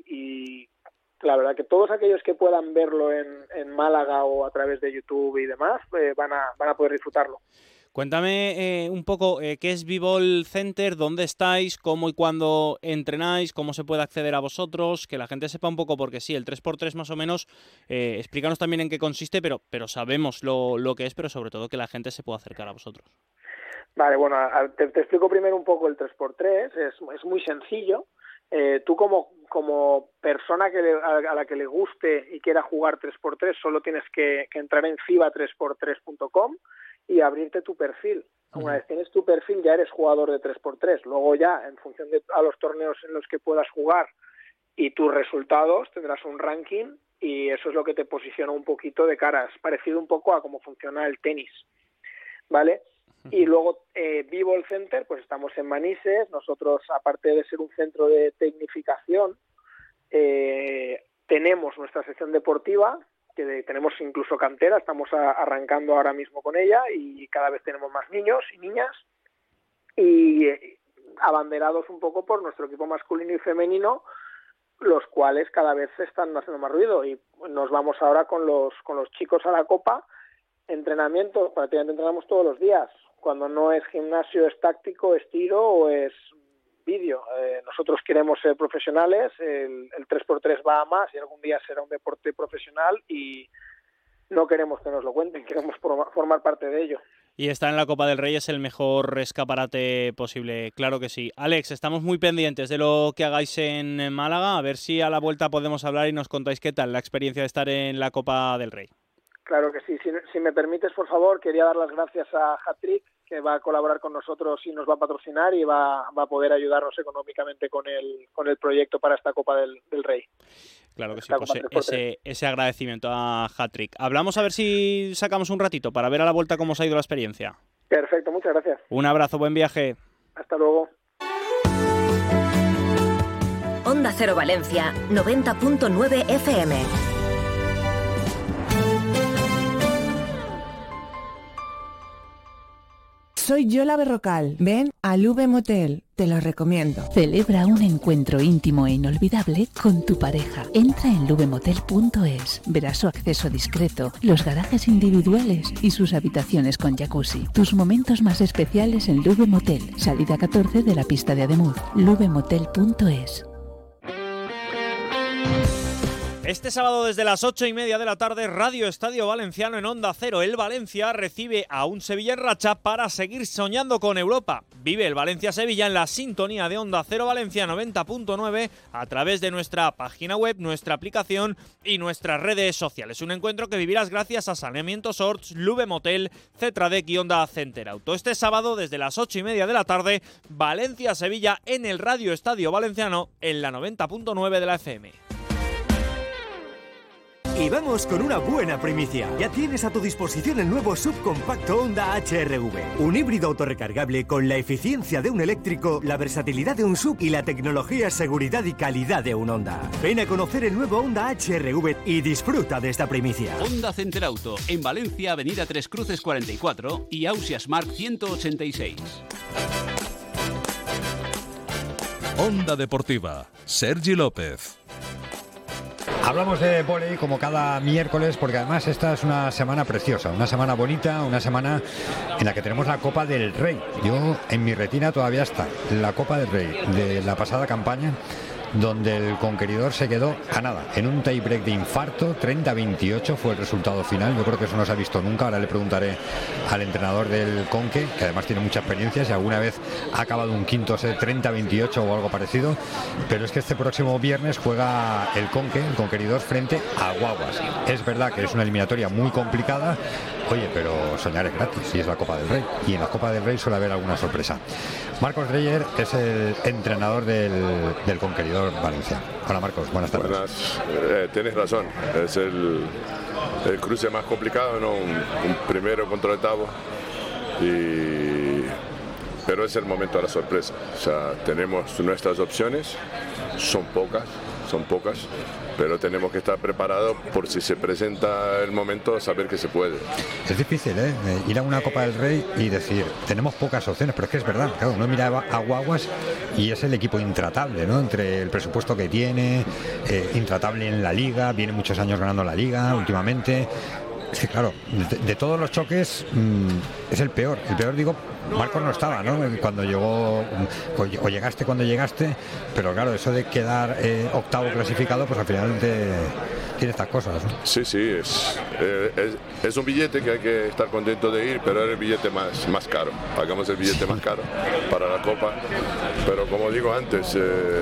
y la verdad que todos aquellos que puedan verlo en Málaga o a través de YouTube y demás van a poder disfrutarlo. Cuéntame un poco qué es B-Ball Center, dónde estáis, cómo y cuándo entrenáis, cómo se puede acceder a vosotros, que la gente sepa un poco, porque sí, el 3x3 más o menos, explícanos también en qué consiste, pero sabemos lo que es, pero sobre todo que la gente se pueda acercar a vosotros. Vale, bueno, te explico primero un poco el 3x3, es muy sencillo. Tú como persona a la que le guste y quiera jugar 3x3 solo tienes que entrar en FIBA3x3.com y abrirte tu perfil. Una vez tienes tu perfil ya eres jugador de 3x3. Luego ya, en función a los torneos en los que puedas jugar y tus resultados, tendrás un ranking y eso es lo que te posiciona un poquito de cara. Es parecido un poco a cómo funciona el tenis, ¿vale? Y luego B-Ball Center, pues estamos en Manises. Nosotros, aparte de ser un centro de tecnificación, tenemos nuestra sección deportiva, que tenemos incluso cantera, estamos arrancando ahora mismo con ella y cada vez tenemos más niños y niñas y abanderados un poco por nuestro equipo masculino y femenino, los cuales cada vez están haciendo más ruido y nos vamos ahora con los chicos a la Copa. Entrenamiento, prácticamente entrenamos todos los días. Cuando no es gimnasio, es táctico, es tiro o es vídeo. Nosotros queremos ser profesionales, el 3x3 va a más y algún día será un deporte profesional y no queremos que nos lo cuenten, queremos formar parte de ello. Y estar en la Copa del Rey es el mejor escaparate posible, claro que sí. Alex, estamos muy pendientes de lo que hagáis en Málaga, a ver si a la vuelta podemos hablar y nos contáis qué tal la experiencia de estar en la Copa del Rey. Claro que sí. Si me permites, por favor, quería dar las gracias a Hat-Trick, que va a colaborar con nosotros y nos va a patrocinar y va a poder ayudarnos económicamente con el proyecto para esta Copa del Rey. Claro que sí, pues ese agradecimiento a Hat-Trick. Hablamos a ver si sacamos un ratito para ver a la vuelta cómo os ha ido la experiencia. Perfecto, muchas gracias. Un abrazo, buen viaje. Hasta luego. Onda Cero Valencia, 90.9 FM. soy Yola Berrocal. Ven al V Motel, te lo recomiendo. Celebra un encuentro íntimo e inolvidable con tu pareja. Entra en luvemotel.es. Verás su acceso discreto, los garajes individuales y sus habitaciones con jacuzzi. Tus momentos más especiales en Luve Motel. Salida 14 de la pista de Ademuz. luvemotel.es. Este sábado desde las 8:30 de la tarde, Radio Estadio Valenciano en Onda Cero. El Valencia recibe a un Sevilla en racha para seguir soñando con Europa. Vive el Valencia-Sevilla en la sintonía de Onda Cero Valencia 90.9 a través de nuestra página web, nuestra aplicación y nuestras redes sociales. Un encuentro que vivirás gracias a Saneamientos Orts, Luve Motel, Cetradec y Honda Center Auto. Este sábado desde las 8:30 de la tarde, Valencia-Sevilla en el Radio Estadio Valenciano en la 90.9 de la FM. Y vamos con una buena primicia. Ya tienes a tu disposición el nuevo subcompacto Honda HR-V. Un híbrido autorrecargable con la eficiencia de un eléctrico, la versatilidad de un sub y la tecnología, seguridad y calidad de un Honda. Ven a conocer el nuevo Honda HR-V y disfruta de esta primicia. Honda Center Auto, en Valencia, Avenida Tres Cruces 44 y Ausias Mark 186. Onda Deportiva, Sergi López. Hablamos de vóley como cada miércoles porque además esta es una semana preciosa, una semana bonita, una semana en la que tenemos la Copa del Rey. Yo en mi retina todavía está la Copa del Rey de la pasada campaña, donde el Conqueridor se quedó a nada, en un tiebreak de infarto. 30-28 fue el resultado final. Yo creo que eso no se ha visto nunca. Ahora le preguntaré al entrenador del Conque, que además tiene mucha experiencia, si alguna vez ha acabado un quinto set 30-28 o algo parecido. Pero es que este próximo viernes juega el Conque, el Conqueridor, frente a Guaguas. Es verdad que es una eliminatoria muy complicada. Oye, pero soñar es gratis y es la Copa del Rey. Y en la Copa del Rey suele haber alguna sorpresa. Marcos Dreyer es el entrenador del Conqueridor Valencia. Hola Marcos, buenas tardes. Buenas, tienes razón. Es el cruce más complicado, ¿no? Un primero contra octavo. Pero es el momento de la sorpresa. O sea, tenemos nuestras opciones, son pocas, pero tenemos que estar preparados por si se presenta el momento, saber que se puede. Es difícil, ir a una Copa del Rey y decir, tenemos pocas opciones, pero es que es verdad, claro, uno mira a Guaguas y es el equipo intratable, ¿no? Entre el presupuesto que tiene, intratable en la Liga, viene muchos años ganando la Liga últimamente. Es que claro, de todos los choques es el peor. El peor, digo, Marcos no estaba, ¿no? Cuando llegó, o llegaste cuando llegaste, pero claro, eso de quedar octavo clasificado, pues al final tiene estas cosas, ¿no? Sí, es un billete que hay que estar contento de ir, pero es el billete más caro. Pagamos el billete más caro para la Copa, pero como digo antes,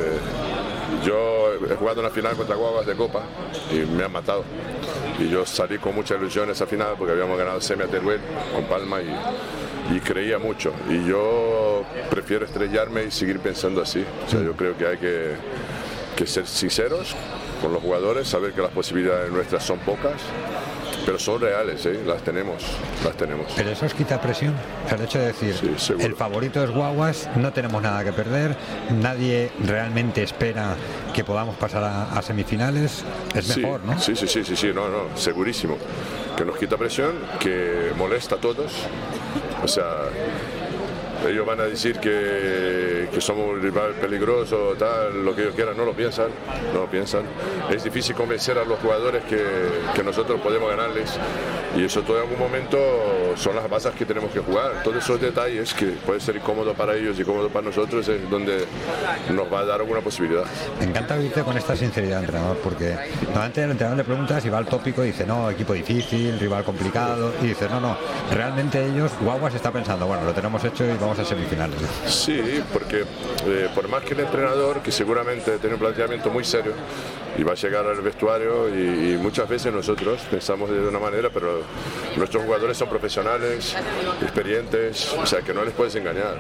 yo he jugado una final contra Guaguas de Copa y me han matado. Y yo salí con mucha ilusión esa final porque habíamos ganado semi a Teruel con Palma y creía mucho. Y yo prefiero estrellarme y seguir pensando así. O sea, yo creo que hay que ser sinceros con los jugadores, saber que las posibilidades nuestras son pocas, pero son reales, las tenemos. Pero eso os quita presión, el hecho de decir, sí, el favorito es Guaguas, no tenemos nada que perder, nadie realmente espera que podamos pasar a semifinales, es mejor, ¿no? Sí, no, segurísimo. Que nos quita presión, que molesta a todos, o sea, ellos van a decir que somos un rival peligroso, tal, lo que ellos quieran, no lo piensan. Es difícil convencer a los jugadores que nosotros podemos ganarles, y eso todo en algún momento son las bases que tenemos que jugar. Todos esos detalles que puede ser incómodo para ellos y cómodo para nosotros es donde nos va a dar alguna posibilidad. Me encanta oírte con esta sinceridad, entrenador, porque normalmente al entrenador le preguntas y va al tópico y dice, no, equipo difícil, rival complicado, y dice, no, realmente ellos, Guaguas está pensando, bueno, lo tenemos hecho y vamos a semifinales. Sí, porque por más que el entrenador, que seguramente tiene un planteamiento muy serio y va a llegar al vestuario, y muchas veces nosotros pensamos de una manera, pero nuestros jugadores son profesionales, experientes, o sea que no les puedes engañar.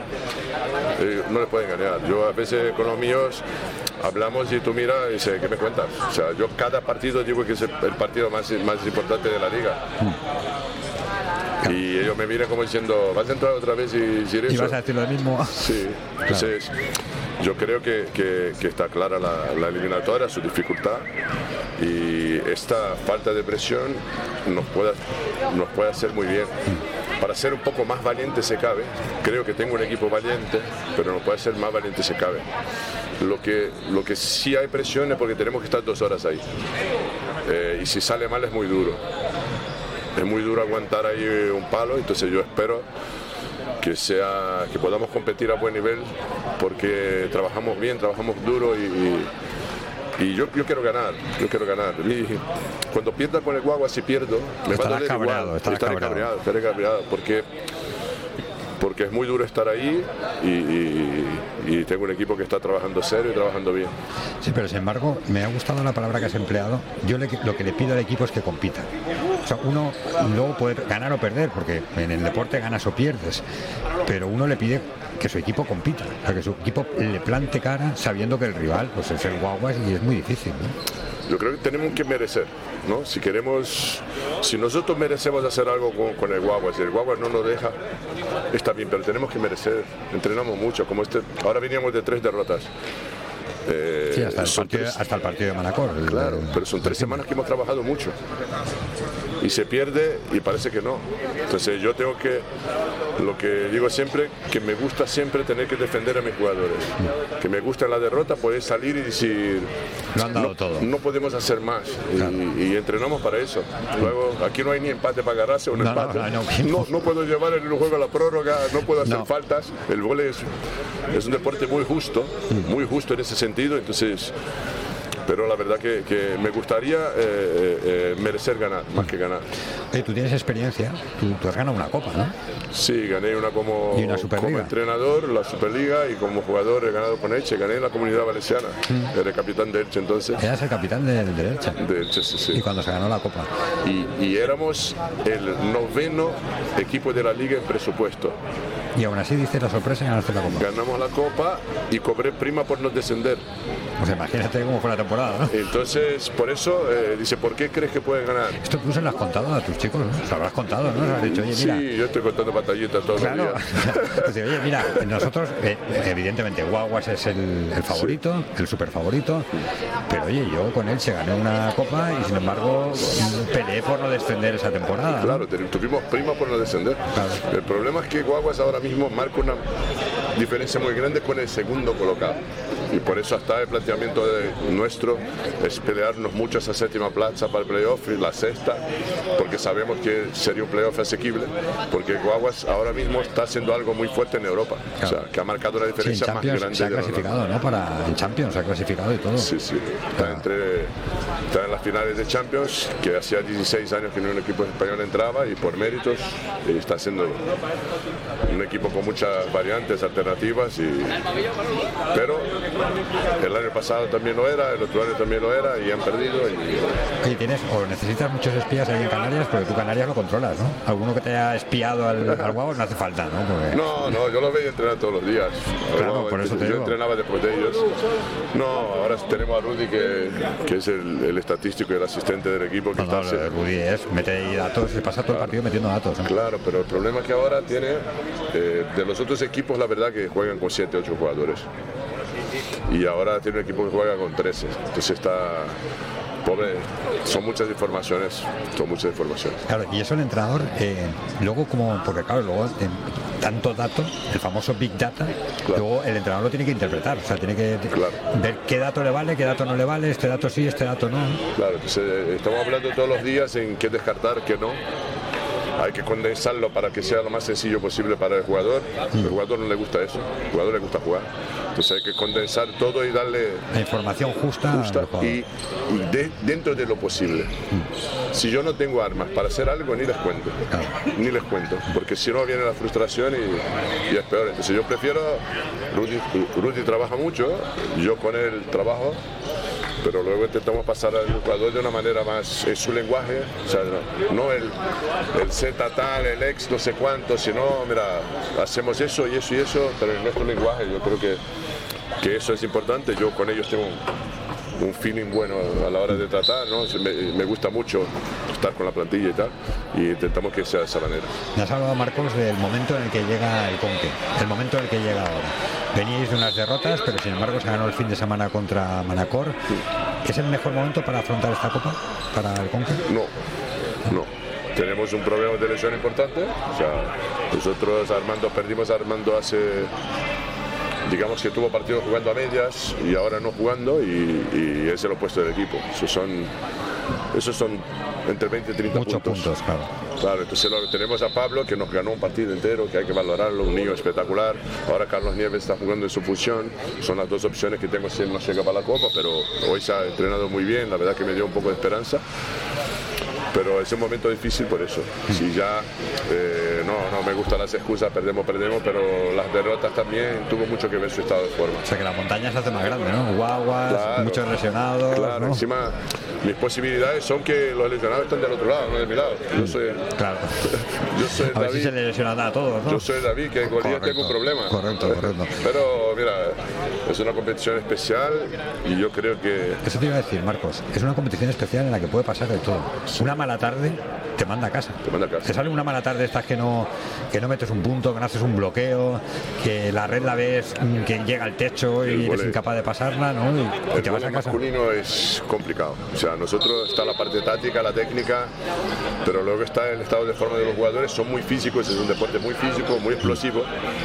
Yo a veces con los míos hablamos y tú miras y dices, ¿qué me cuentas? O sea, yo cada partido digo que es el partido más importante de la liga. Y ellos me miran como diciendo, ¿vas a entrar otra vez y decir eso? ¿Y vas a decir lo mismo? Sí, claro. Entonces yo creo que está clara la eliminatoria, su dificultad, y esta falta de presión nos puede hacer muy bien. para ser un poco más valiente se cabe. Creo que tengo un equipo valiente, pero no puede ser más valiente se cabe. Lo que sí hay presión es porque tenemos que estar 2 horas ahí. Y si sale mal es muy duro. Es muy duro aguantar ahí un palo, entonces yo espero que podamos competir a buen nivel, porque trabajamos bien, trabajamos duro y yo quiero ganar, Y cuando pierda con el Guagua, si pierdo, me va a doler igual. Estaré cabreado, porque es muy duro estar ahí y tengo un equipo que está trabajando serio y trabajando bien. Sí, pero sin embargo, me ha gustado la palabra que has empleado. Yo lo que le pido al equipo es que compita. O sea, uno luego puede ganar o perder, porque en el deporte ganas o pierdes, pero uno le pide que su equipo compita, o sea, que su equipo le plante cara sabiendo que el rival pues es el Guaguas y es muy difícil, ¿no? Yo creo que tenemos que merecer, ¿no? Si nosotros merecemos hacer algo con el Guaguas, si el Guaguas no nos deja, está bien, pero tenemos que merecer. Entrenamos mucho, ahora veníamos de 3 derrotas. Sí, hasta el partido de Manacor. Claro, pero son 3 semanas que hemos trabajado mucho. Y se pierde y parece que no. Entonces yo tengo que, lo que digo siempre, que me gusta siempre tener que defender a mis jugadores. Que me gusta en la derrota poder salir y decir, lo han dado todo. No podemos hacer más. Claro. Y entrenamos para eso. Luego, aquí no hay ni empate para agarrarse o un empate. No puedo llevar el juego a la prórroga, no puedo hacer faltas. El vóley es un deporte muy justo en ese sentido. Entonces, pero la verdad que me gustaría merecer ganar, más que ganar. Tú tienes experiencia, tú has ganado una copa, ¿no? Sí, gané una como entrenador, la Superliga, y como jugador he ganado con Elche, gané en la Comunidad Valenciana. Era capitán de Elche entonces. Eras el capitán de Elche. De Elche, sí. Y cuando se ganó la copa. Y éramos el 9º equipo de la liga en presupuesto. Y aún así diste la sorpresa y ganaste la copa. Ganamos la copa y cobré prima por no descender. Pues imagínate cómo fue la temporada, ¿no? Entonces, por eso, dice, ¿por qué crees que puedes ganar? Esto tú se lo has contado a tus chicos, ¿no? Se lo habrás contado, ¿no? Has dicho, oye, mira. Sí, yo estoy contando batallitas todos los días. Dice, oye, mira, nosotros, evidentemente, Guaguas es el favorito, el super favorito, pero oye, yo con él se gané una copa y sin embargo peleé por no descender esa temporada. Claro, tuvimos prima por no descender. Claro. El problema es que Guaguas ahora mismo marca una diferencia muy grande con el segundo colocado. Y por eso hasta el planteamiento nuestro es pelearnos mucho esa 7ª plaza para el playoff y la 6ª, porque sabemos que sería un playoff asequible, porque Guaguas ahora mismo está haciendo algo muy fuerte en Europa. Claro. O sea, que ha marcado una diferencia más grande. Se ha clasificado, ¿no? Para el Champions, se ha clasificado y todo. Sí. Está en las finales de Champions, que hacía 16 años que ningún equipo español entraba, y por méritos está siendo un equipo con muchas variantes, alternativas, pero el año pasado también lo era, el otro año también lo era, y han perdido. Y tienes, o necesitas muchos espías ahí en Canarias, porque tú Canarias lo controlas, ¿no? Alguno que te haya espiado al Guaguas no hace falta, ¿no? Porque... No, yo los veía entrenar todos los días. Claro, por eso te digo. Yo entrenaba después de ellos. No, ahora tenemos a Rudy, que es el estadístico y el asistente del equipo. Que Rudy mete ahí datos, se pasa todo el partido metiendo datos, ¿no? Claro, pero el problema es que ahora tiene, de los otros equipos, la verdad que juegan con 7, 8 jugadores. Y ahora tiene un equipo que juega con 13. Entonces está... Pobre, son muchas informaciones. Claro, y eso el entrenador, luego porque claro, luego tanto dato, el famoso Big Data, luego el entrenador lo tiene que interpretar, o sea, tiene que ver qué dato le vale, qué dato no le vale, este dato sí, este dato no. Claro, entonces estamos hablando todos los días en qué descartar, qué no. Hay que condensarlo para que sea lo más sencillo posible para el jugador. Al jugador no le gusta eso, al jugador le gusta jugar. Entonces hay que condensar todo y darle la información justa y dentro de lo posible. Si yo no tengo armas para hacer algo, ni les cuento, porque si no viene la frustración y es peor. Entonces yo prefiero, Rudy trabaja mucho, yo con él trabajo, pero luego intentamos pasar al jugador de una manera más en su lenguaje, o sea, no el Z tal, el X no sé cuánto, sino, mira, hacemos eso y eso y eso, pero en nuestro lenguaje. Yo creo que eso es importante. Yo con ellos tengo un feeling bueno a la hora de tratar, ¿no? Me gusta mucho estar con la plantilla y tal, y intentamos que sea de esa manera. Me has hablado, Marcos, del momento en el que llega el Conque, el momento en el que llega ahora. Veníais de unas derrotas, pero sin embargo se ganó el fin de semana contra Manacor. ¿Es el mejor momento para afrontar esta Copa para el Conque? No. tenemos un problema de lesión importante. O sea, nosotros perdimos a Armando hace, digamos que tuvo partidos jugando a medias y ahora no jugando, y es el opuesto del equipo. Esos son entre 20 y 30 puntos. Claro, entonces tenemos a Pablo, que nos ganó un partido entero, que hay que valorarlo, un niño espectacular. Ahora Carlos Nieves está jugando en su función. Son las dos opciones que tengo si él no llega para la Copa, pero hoy se ha entrenado muy bien, la verdad que me dio un poco de esperanza. Pero es un momento difícil por eso. Si ya no me gustan las excusas, perdemos, pero las derrotas también tuvo mucho que ver su estado de forma. O sea que la montaña se hace más grande, ¿no? Guaguas, claro, muchos lesionados. Claro, ¿no? Encima mis posibilidades son que los lesionados están del otro lado, no de mi lado. Yo soy a ver si se le lesiona a todos, ¿no? Yo soy David, que con día tengo un problema. Correcto. Pero mira, es una competición especial y yo creo que... Eso te iba a decir, Marcos, es una competición especial en la que puede pasar de todo. Una mala tarde te manda a casa. Te sale una mala tarde estas que no metes un punto, que no haces un bloqueo, que la red la ves que llega al techo y eres incapaz de pasarla, ¿no? Y te vas a casa. El masculino es complicado. O sea, nosotros está la parte táctica, la técnica, pero luego está el estado de forma de los jugadores. Son muy físicos, es un deporte muy físico, muy explosivo,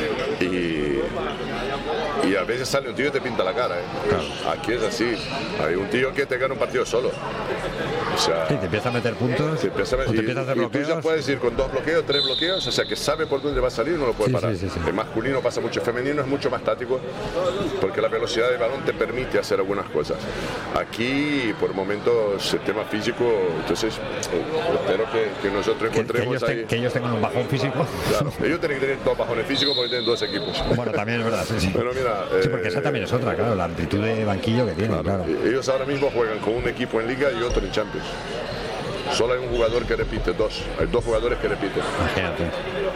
y a veces sale un tío y te pinta la cara, ¿eh? Claro. Aquí es así. Hay un tío que te gana un partido solo. O sea, te empieza a meter puntos, te empieza a hacer bloqueos. Y tú ya puedes ir con 2 bloqueos, 3 bloqueos, o sea que sabe por dónde va a salir y no lo puede parar. El masculino pasa mucho, el femenino es mucho más táctico porque la velocidad del balón te permite hacer algunas cosas. Aquí, por momentos, el tema físico, entonces espero que nosotros encontremos que ellos tengan un bajón físico. Claro, ellos tienen que tener 2 bajones físicos porque tienen 2 equipos. Bueno, también es verdad, sí. Pero mira, porque esa también es otra, claro, la amplitud de banquillo que tienen, claro. Ellos ahora mismo juegan con un equipo en Liga y otro en Champions. Solo hay un jugador que repite, hay 2 jugadores que repiten. Imagínate.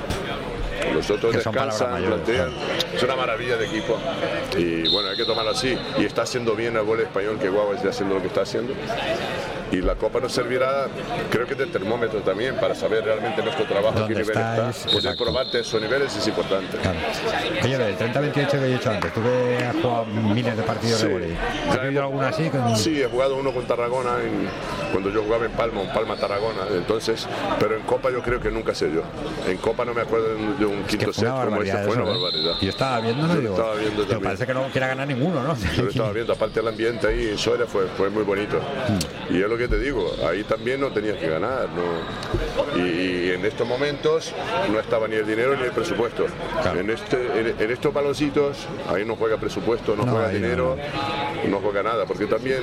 Los otros descansan, plantean. Es una maravilla de equipo. Y bueno, hay que tomarlo así. Y está haciendo bien el gol español, que Guau está haciendo lo que está haciendo. Y la Copa nos servirá, creo que de termómetro también, para saber realmente nuestro trabajo, qué nivel está. Poder probarte esos niveles es importante. Claro. Oye, el 30-28 que he dicho antes, tú que has jugado miles de partidos de vóley. ¿Has vivido alguna así? Sí, he jugado uno con Tarragona cuando yo jugaba en Palma Tarragona. Entonces, pero en Copa yo creo que nunca sé yo. En Copa no me acuerdo de un quinto set como este, fue una barbaridad. Yo estaba viéndolo y digo, parece que no quiera ganar ninguno, ¿no? Yo lo estaba viendo, aparte el ambiente ahí en Soria fue muy bonito. Y es lo que te digo, ahí también no tenías que ganar, ¿no? Y en estos momentos no estaba ni el dinero ni el presupuesto. Claro. En estos baloncitos, ahí no juega presupuesto, no juega dinero, no juega nada, porque también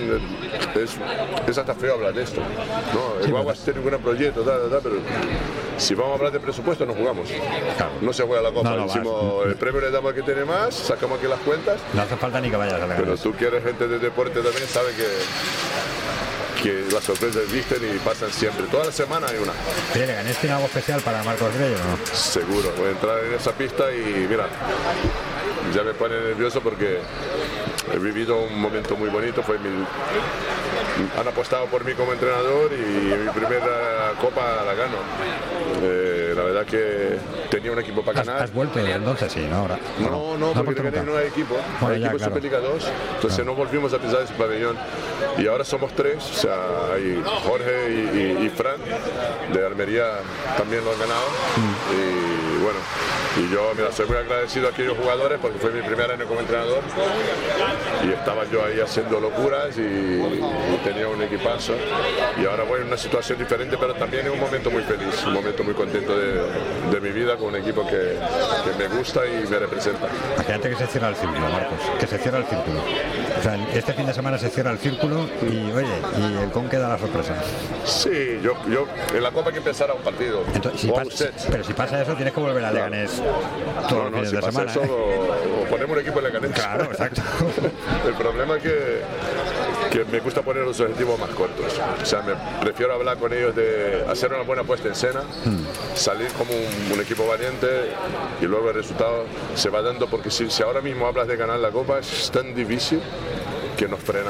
es hasta feo hablar de esto. ¿No? Vamos a tener un gran proyecto, pero si vamos a hablar de presupuesto no jugamos. Claro. No se juega la Copa, decimos, el premio le damos al que tiene más, sacamos aquí las cuentas. No hace falta ni que vayas a la Pero tú que eres gente de deporte también, sabes que las sorpresas existen y pasan siempre. Toda la semana hay una. ¿Le Leganés tiene algo especial para Marcos Grey o no? Seguro. Voy a entrar en esa pista y mira, ya me pone nervioso porque he vivido un momento muy bonito. Han apostado por mí como entrenador y mi primera Copa la gano. La verdad que tenía un equipo para ganar. ¿Has vuelto entonces? Sí, ¿no? Ahora. No, porque no hay equipo. Hay equipo Superliga 2. Entonces no volvimos a pisar ese pabellón. Y ahora somos 3. O sea, hay Jorge y Fran de Almería también lo han ganado. Y bueno, y yo, mira, soy muy agradecido a aquellos jugadores porque fue mi primer año como entrenador. Y estaba yo ahí haciendo locuras y tenía un equipazo. Y ahora voy en una situación diferente, pero también en un momento muy feliz, un momento muy contento de mi vida con un equipo que me gusta y me representa. Imagínate que se cierra el círculo, Marcos, que se cierra el círculo. O sea, este fin de semana se cierra el círculo y, oye, y el Con queda la sorpresa. Sí, yo en la Copa hay que empezar a un partido. Entonces, pero si pasa eso, tienes que volver a Leganés todos los fines de semana. Eso, o ponemos un equipo en Leganés. Claro, exacto. El problema es que me gusta poner los objetivos más cortos. O sea, me prefiero hablar con ellos de hacer una buena puesta en escena, salir como un equipo valiente y luego el resultado se va dando, porque si ahora mismo hablas de ganar la Copa es tan difícil que nos frena.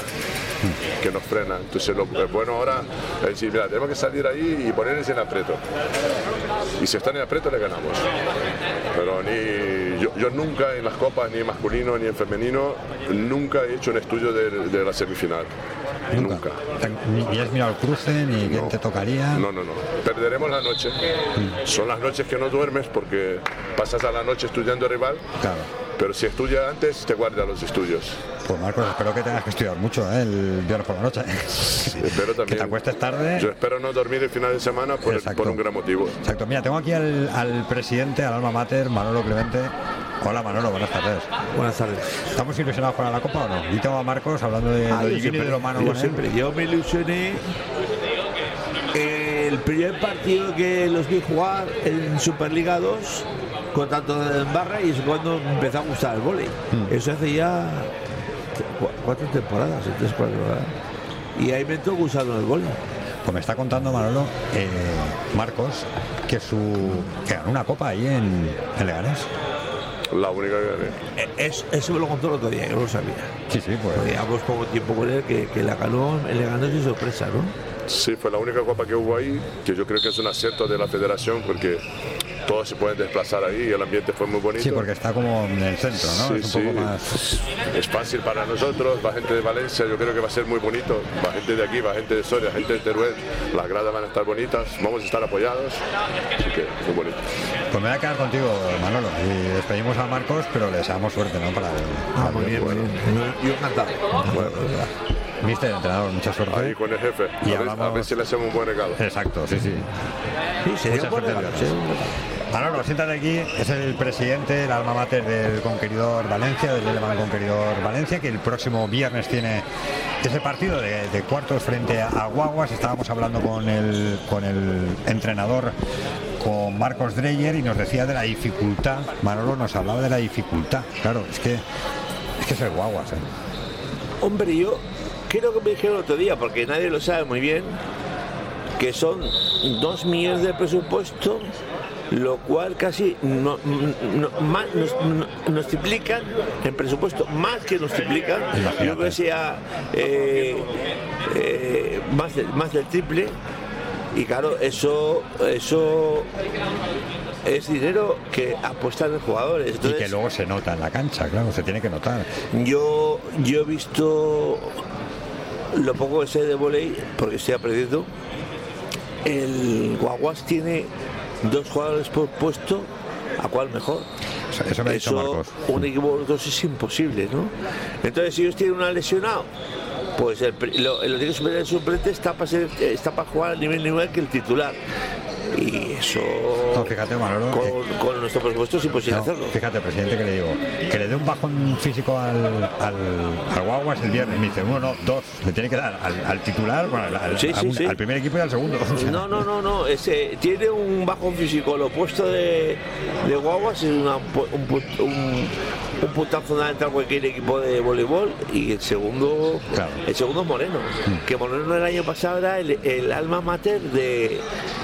Entonces lo bueno ahora es decir, mira, tenemos que salir ahí y ponerles en aprieto. Y si están en aprieto le ganamos. Pero yo nunca en las copas, ni en masculino ni en femenino, nunca he hecho un estudio de la semifinal. Nunca. Ni has mirado el cruce, ni quién te tocaría. No. Perderemos la noche. Son las noches que no duermes porque pasas a la noche estudiando rival. Claro. Pero si estudias antes, te guardas los estudios. Pues Marcos, espero que tengas que estudiar mucho el viernes por la noche. Espero también. Que te acuestes tarde. Yo espero no dormir el final de semana por un gran motivo. Exacto. Mira, tengo aquí al presidente, al alma mater, Manolo Clemente. Hola Manolo, buenas tardes. Buenas tardes. ¿Estamos ilusionados para la Copa o no? Y tengo a Marcos hablando de lo divino y de lo humano. Yo me ilusioné el primer partido que los vi jugar en Superliga 2 con tanto de Barra, y es cuando me empezó a gustar el vóley. Eso hace ya 4 temporadas, 3, 4 temporadas. Y ahí me entró gustando el vóley. Pues me está contando Manolo, Marcos, que ganó una copa ahí en Leganés. La única que gané. Eso me lo contó el otro día, yo no lo sabía. Sí, pues. Llevamos poco tiempo con él, que la ganó en Leganés de sorpresa, ¿no? Sí, fue la única copa que hubo ahí, que yo creo que es un acierto de la federación, porque todos se pueden desplazar ahí y el ambiente fue muy bonito. Sí, porque está como en el centro, ¿no? Sí, es un poco más... Es fácil para nosotros, va gente de Valencia, yo creo que va a ser muy bonito, va gente de aquí, va gente de Soria, gente de Teruel, las gradas van a estar bonitas, vamos a estar apoyados, así que muy bonito. Pues me voy a quedar contigo, Manolo, y despedimos a Marcos, pero le deseamos suerte, ¿no? Muy bien. Yo encantado. Bueno, mister, entrenador, mucha suerte. Ahí con el jefe, y a ver si le hacemos un buen regalo. Exacto, sí. Sí, sería un buen regalo. Manolo, siéntate aquí, es el presidente, el alma mater del Conqueridor Valencia, del Leleman Conqueridor Valencia, que el próximo viernes tiene ese partido de cuartos frente a Guaguas. Estábamos hablando con el entrenador, con Marcos Dreyer, y nos decía de la dificultad. Manolo nos hablaba de la dificultad. Claro, es que es el Guaguas. Hombre, yo creo que me dijeron el otro día, porque nadie lo sabe muy bien, que son 2 millones de presupuesto, lo cual casi nos triplican en presupuesto, más que nos triplican. Yo creo que sea más del triple. Y claro, eso es dinero que apuestan los jugadores. Entonces, y que luego se nota en la cancha, claro, se tiene que notar. Yo he visto lo poco que sé de vóley, porque estoy aprendiendo. El Guaguas tiene 2 jugadores por puesto, ¿a cuál mejor? Eso me ha dicho Marcos. Un equipo de 2 es imposible, ¿no? Entonces, si ellos tienen un lesionado, pues el suplente está para jugar al nivel que el titular. Y eso, no, fíjate, Manolo, con nuestro presupuesto es imposible hacerlo. Fíjate, presidente, que le digo que le dé un bajón físico al Guaguas el viernes. Me dice 1, no, 2, le tiene que dar al titular, bueno, al primer equipo y al segundo. No, tiene un bajón físico. Lo opuesto de Guaguas es un puntal fundamental cualquier equipo de voleibol, y el segundo es Moreno, que Moreno el año pasado era el alma mater de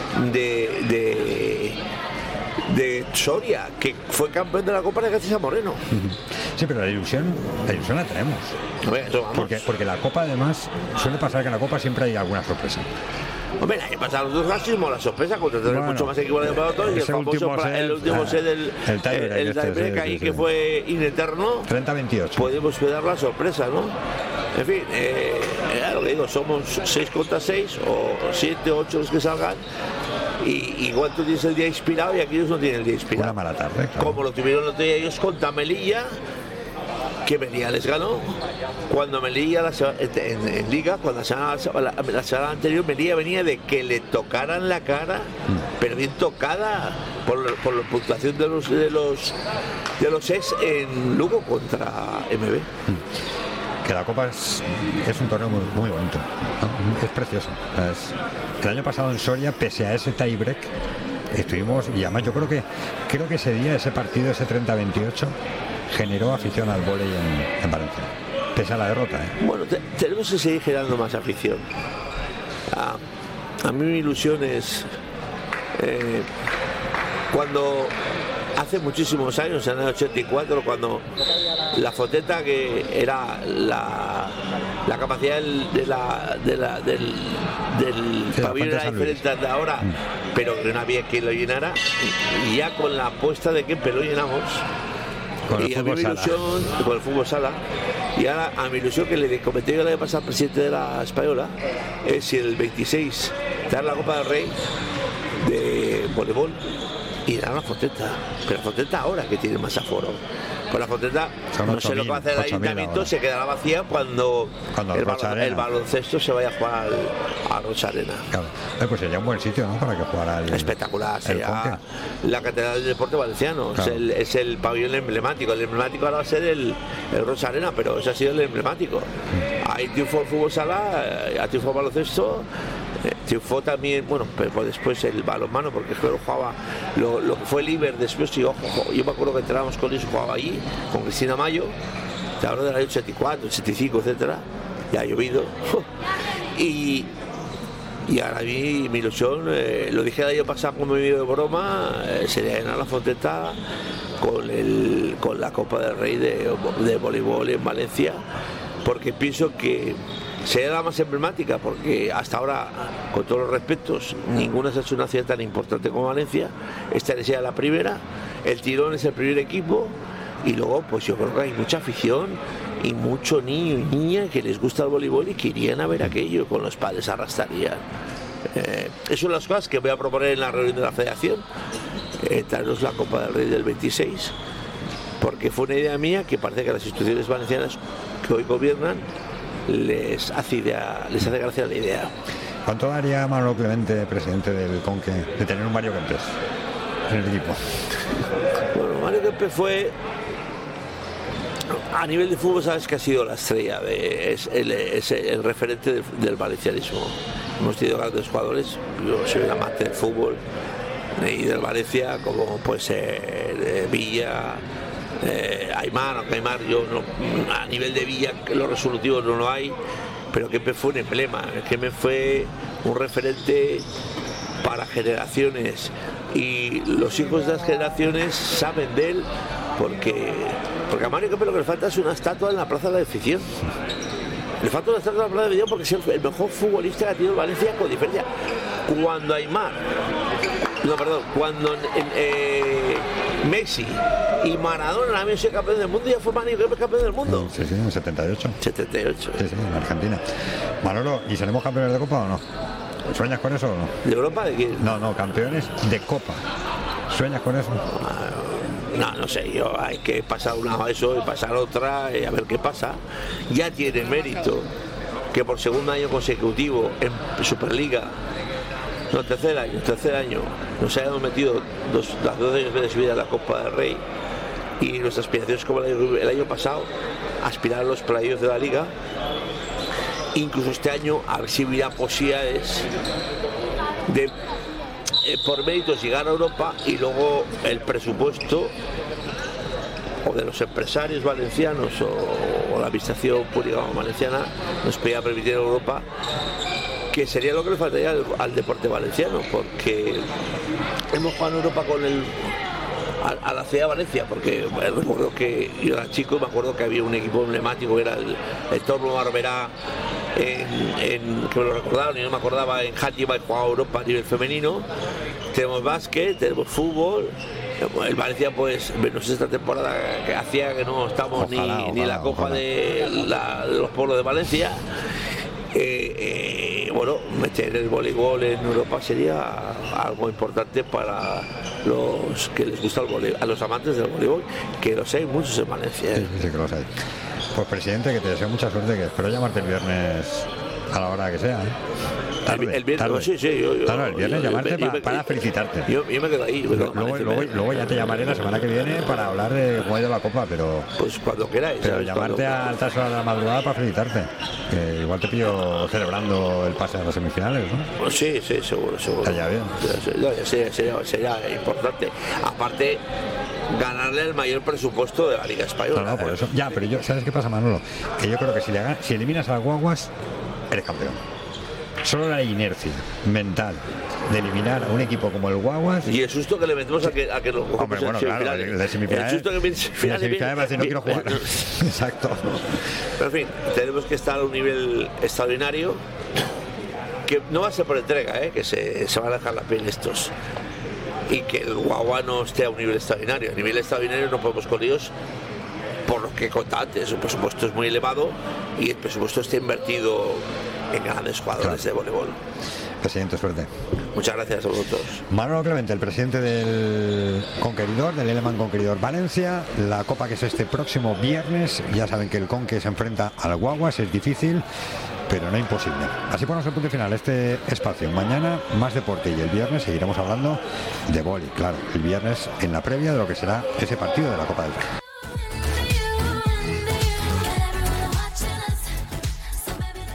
Soria, que fue campeón de la Copa gracias a Moreno. Sí, pero la ilusión la tenemos. Porque la Copa, además, suele pasar que en la Copa siempre hay alguna sorpresa. Hombre, el año pasado los 2 máximos la sorpresa, contra mucho más equipos de todos, y el famoso el último set del tiebreak ahí, que fue ineterno. 30-28. Podemos dar la sorpresa, ¿no? En fin, lo que digo, somos 6 contra 6 o 7, 8 los que salgan. Y igual tú tienes el día inspirado y aquí ellos no tienen el día inspirado. Una mala tarde, claro. Como lo tuvieron el otro día ellos contra Melilla, que Melilla les ganó. Cuando Melilla en Liga, cuando la semana anterior Melilla venía de que le tocaran la cara, pero bien tocada por la puntuación de los ex en Lugo contra MB. Que la Copa es un torneo muy bonito, ¿no? Es precioso. El año pasado en Soria, pese a ese tiebreak, estuvimos, y además yo creo que ese día, ese partido, ese 30-28, generó afición al vóley en Valencia, pese a la derrota. Bueno, tenemos que seguir generando más afición. A mí mi ilusión es cuando hace muchísimos años, en el 84, cuando la foteta, que era la capacidad del pabellón era diferente de ahora, pero que no había quien lo llenara, y ya con la apuesta de que lo llenamos, Y a mí mi ilusión, con el fútbol sala, y ahora a mi ilusión que le comenté yo el año pasado al presidente de la Española, es si el 26 dar la Copa del Rey de voleibol y dar la Fonteta. Pero la Fonteta ahora que tiene más aforo. Pues la Fonteta, no sé lo que va a hacer el ayuntamiento, se quedará vacía cuando el baloncesto se vaya a jugar a Rocha Arena. Claro. Pues sería un buen sitio, ¿no? Para que jugara el... Espectacular, sería la Catedral del Deporte Valenciano. Claro. Es el pabellón emblemático. El emblemático ahora va a ser el Rocha Arena, pero ese ha sido el emblemático. Ahí triunfó el fútbol sala, ha triunfado el baloncesto. Triunfó también, bueno, pero después el balonmano, porque creo que jugaba lo que fue el Iber después. Y ojo, yo me acuerdo que entrábamos con ellos, jugaba allí con Cristina Mayo, te hablo del año 84, 85, etcétera. Ya ha llovido. Y ahora mi ilusión, lo dije el año pasado como medio de broma, sería llenar la Fonteta con la Copa del Rey de voleibol en Valencia, porque pienso que sería la más emblemática, porque hasta ahora, con todos los respetos, ninguna se ha hecho una ciudad tan importante como Valencia. Esta sería la primera, el Tirón es el primer equipo, y luego pues yo creo que hay mucha afición y mucho niño y niña que les gusta el voleibol y que irían a ver aquello, con los padres arrastrarían. Esas son las cosas que voy a proponer en la reunión de la federación, traernos la Copa del Rey del 26, porque fue una idea mía que parece que las instituciones valencianas que hoy gobiernan les hace gracia la idea. ¿Cuánto daría Manolo Clemente, presidente del Conque, de tener un Mario Kempes en el equipo? Bueno, Mario Kempes fue, a nivel de fútbol, sabes que ha sido la estrella, es el referente del valencianismo. Hemos tenido grandes jugadores, yo soy un amante del fútbol y del Valencia, como puede ser Villa, Aimar, aunque Aimar yo no, a nivel de Villa los resolutivos no lo hay, pero Kempes fue un emblema, Kempes fue un referente para generaciones, y los hijos de las generaciones saben de él, porque a Mario Kempes lo que le falta es una estatua en la Plaza de la Afición. Le falta una estatua en la Plaza de la Afición porque es el mejor futbolista que ha tenido Valencia, con diferencia. Cuando Messi y Maradona habían sido campeones del mundo, ya fue Mario Kempes campeón del mundo. Sí, en el 78. 78. Sí, en Argentina. Manolo, ¿y seremos campeones de Copa o no? ¿Sueñas con eso o no? ¿De Europa? ¿De quién? No, campeones de Copa. ¿Sueñas con eso? No sé, hay que pasar una eso y pasar otra y a ver qué pasa. Ya tiene mérito que por segundo año consecutivo en Superliga, no, tercer año, nos hayamos metido las 2 años de subida a la Copa del Rey, y nuestra aspiración es como el año pasado, aspirar a los playoffs de la Liga. Incluso este año a ver si hubiera posibilidades de por méritos llegar a Europa, y luego el presupuesto o de los empresarios valencianos o la administración pública valenciana nos podía permitir Europa, que sería lo que le faltaría al deporte valenciano, porque hemos jugado en Europa con a la ciudad de Valencia, porque recuerdo que yo era chico y me acuerdo que había un equipo emblemático que era el Torno Barberá, que me lo recordaron y no me acordaba, en Játiva, he jugado a Europa a nivel femenino. Tenemos básquet, tenemos fútbol. El Valencia, pues, menos esta temporada que hacía que no estamos ni la Copa de los Pueblos de Valencia. Bueno, meter el voleibol en Europa sería algo importante para los que les gusta el voleibol, a los amantes del voleibol, que los hay muchos en Valencia. Sí, que los hay. Pues, presidente, que te deseo mucha suerte, que espero llamarte el viernes a la hora que sea. El viernes, sí, claro, el viernes llamarte para felicitarte. Yo me quedo ahí. Luego ya te llamaré la semana que viene para hablar de cómo ha ido la Copa, pero... Pues cuando queráis. Pero llamarte a altas horas de la madrugada para felicitarte. Que igual te pillo celebrando el pase a las semifinales, ¿no? Pues sí, seguro. Estaría bien. Sería importante. Aparte, ganarle el mayor presupuesto de la Liga Española. No, por eso. Ya, pero ¿sabes qué pasa, Manolo? Que yo creo que si eliminas a las Guaguas, eres campeón. Solo la inercia mental de eliminar a un equipo como el Guaguas. Y el susto que le metemos a que lo hombre, bueno, claro, de semifinales. El susto que viene semifinales no quiero jugar. Exacto. Pero en fin, tenemos que estar a un nivel extraordinario, que no va a ser por entrega, que se van a dejar la piel estos. Y que el Guagua no esté a un nivel extraordinario. A nivel extraordinario no podemos con ellos por lo que he contado antes, el presupuesto es muy elevado y el presupuesto está invertido en grandes jugadores de voleibol. Presidente, suerte. Muchas gracias a vosotros. Manolo Clemente, el presidente del Conqueridor, del Eleman Conqueridor Valencia. La copa que es este próximo viernes. Ya saben que el Conque se enfrenta al Guaguas, es difícil, pero no imposible. Así ponemos el punto final este espacio. Mañana más deporte y el viernes seguiremos hablando de vóley, claro, el viernes en la previa de lo que será ese partido de la Copa del Rey.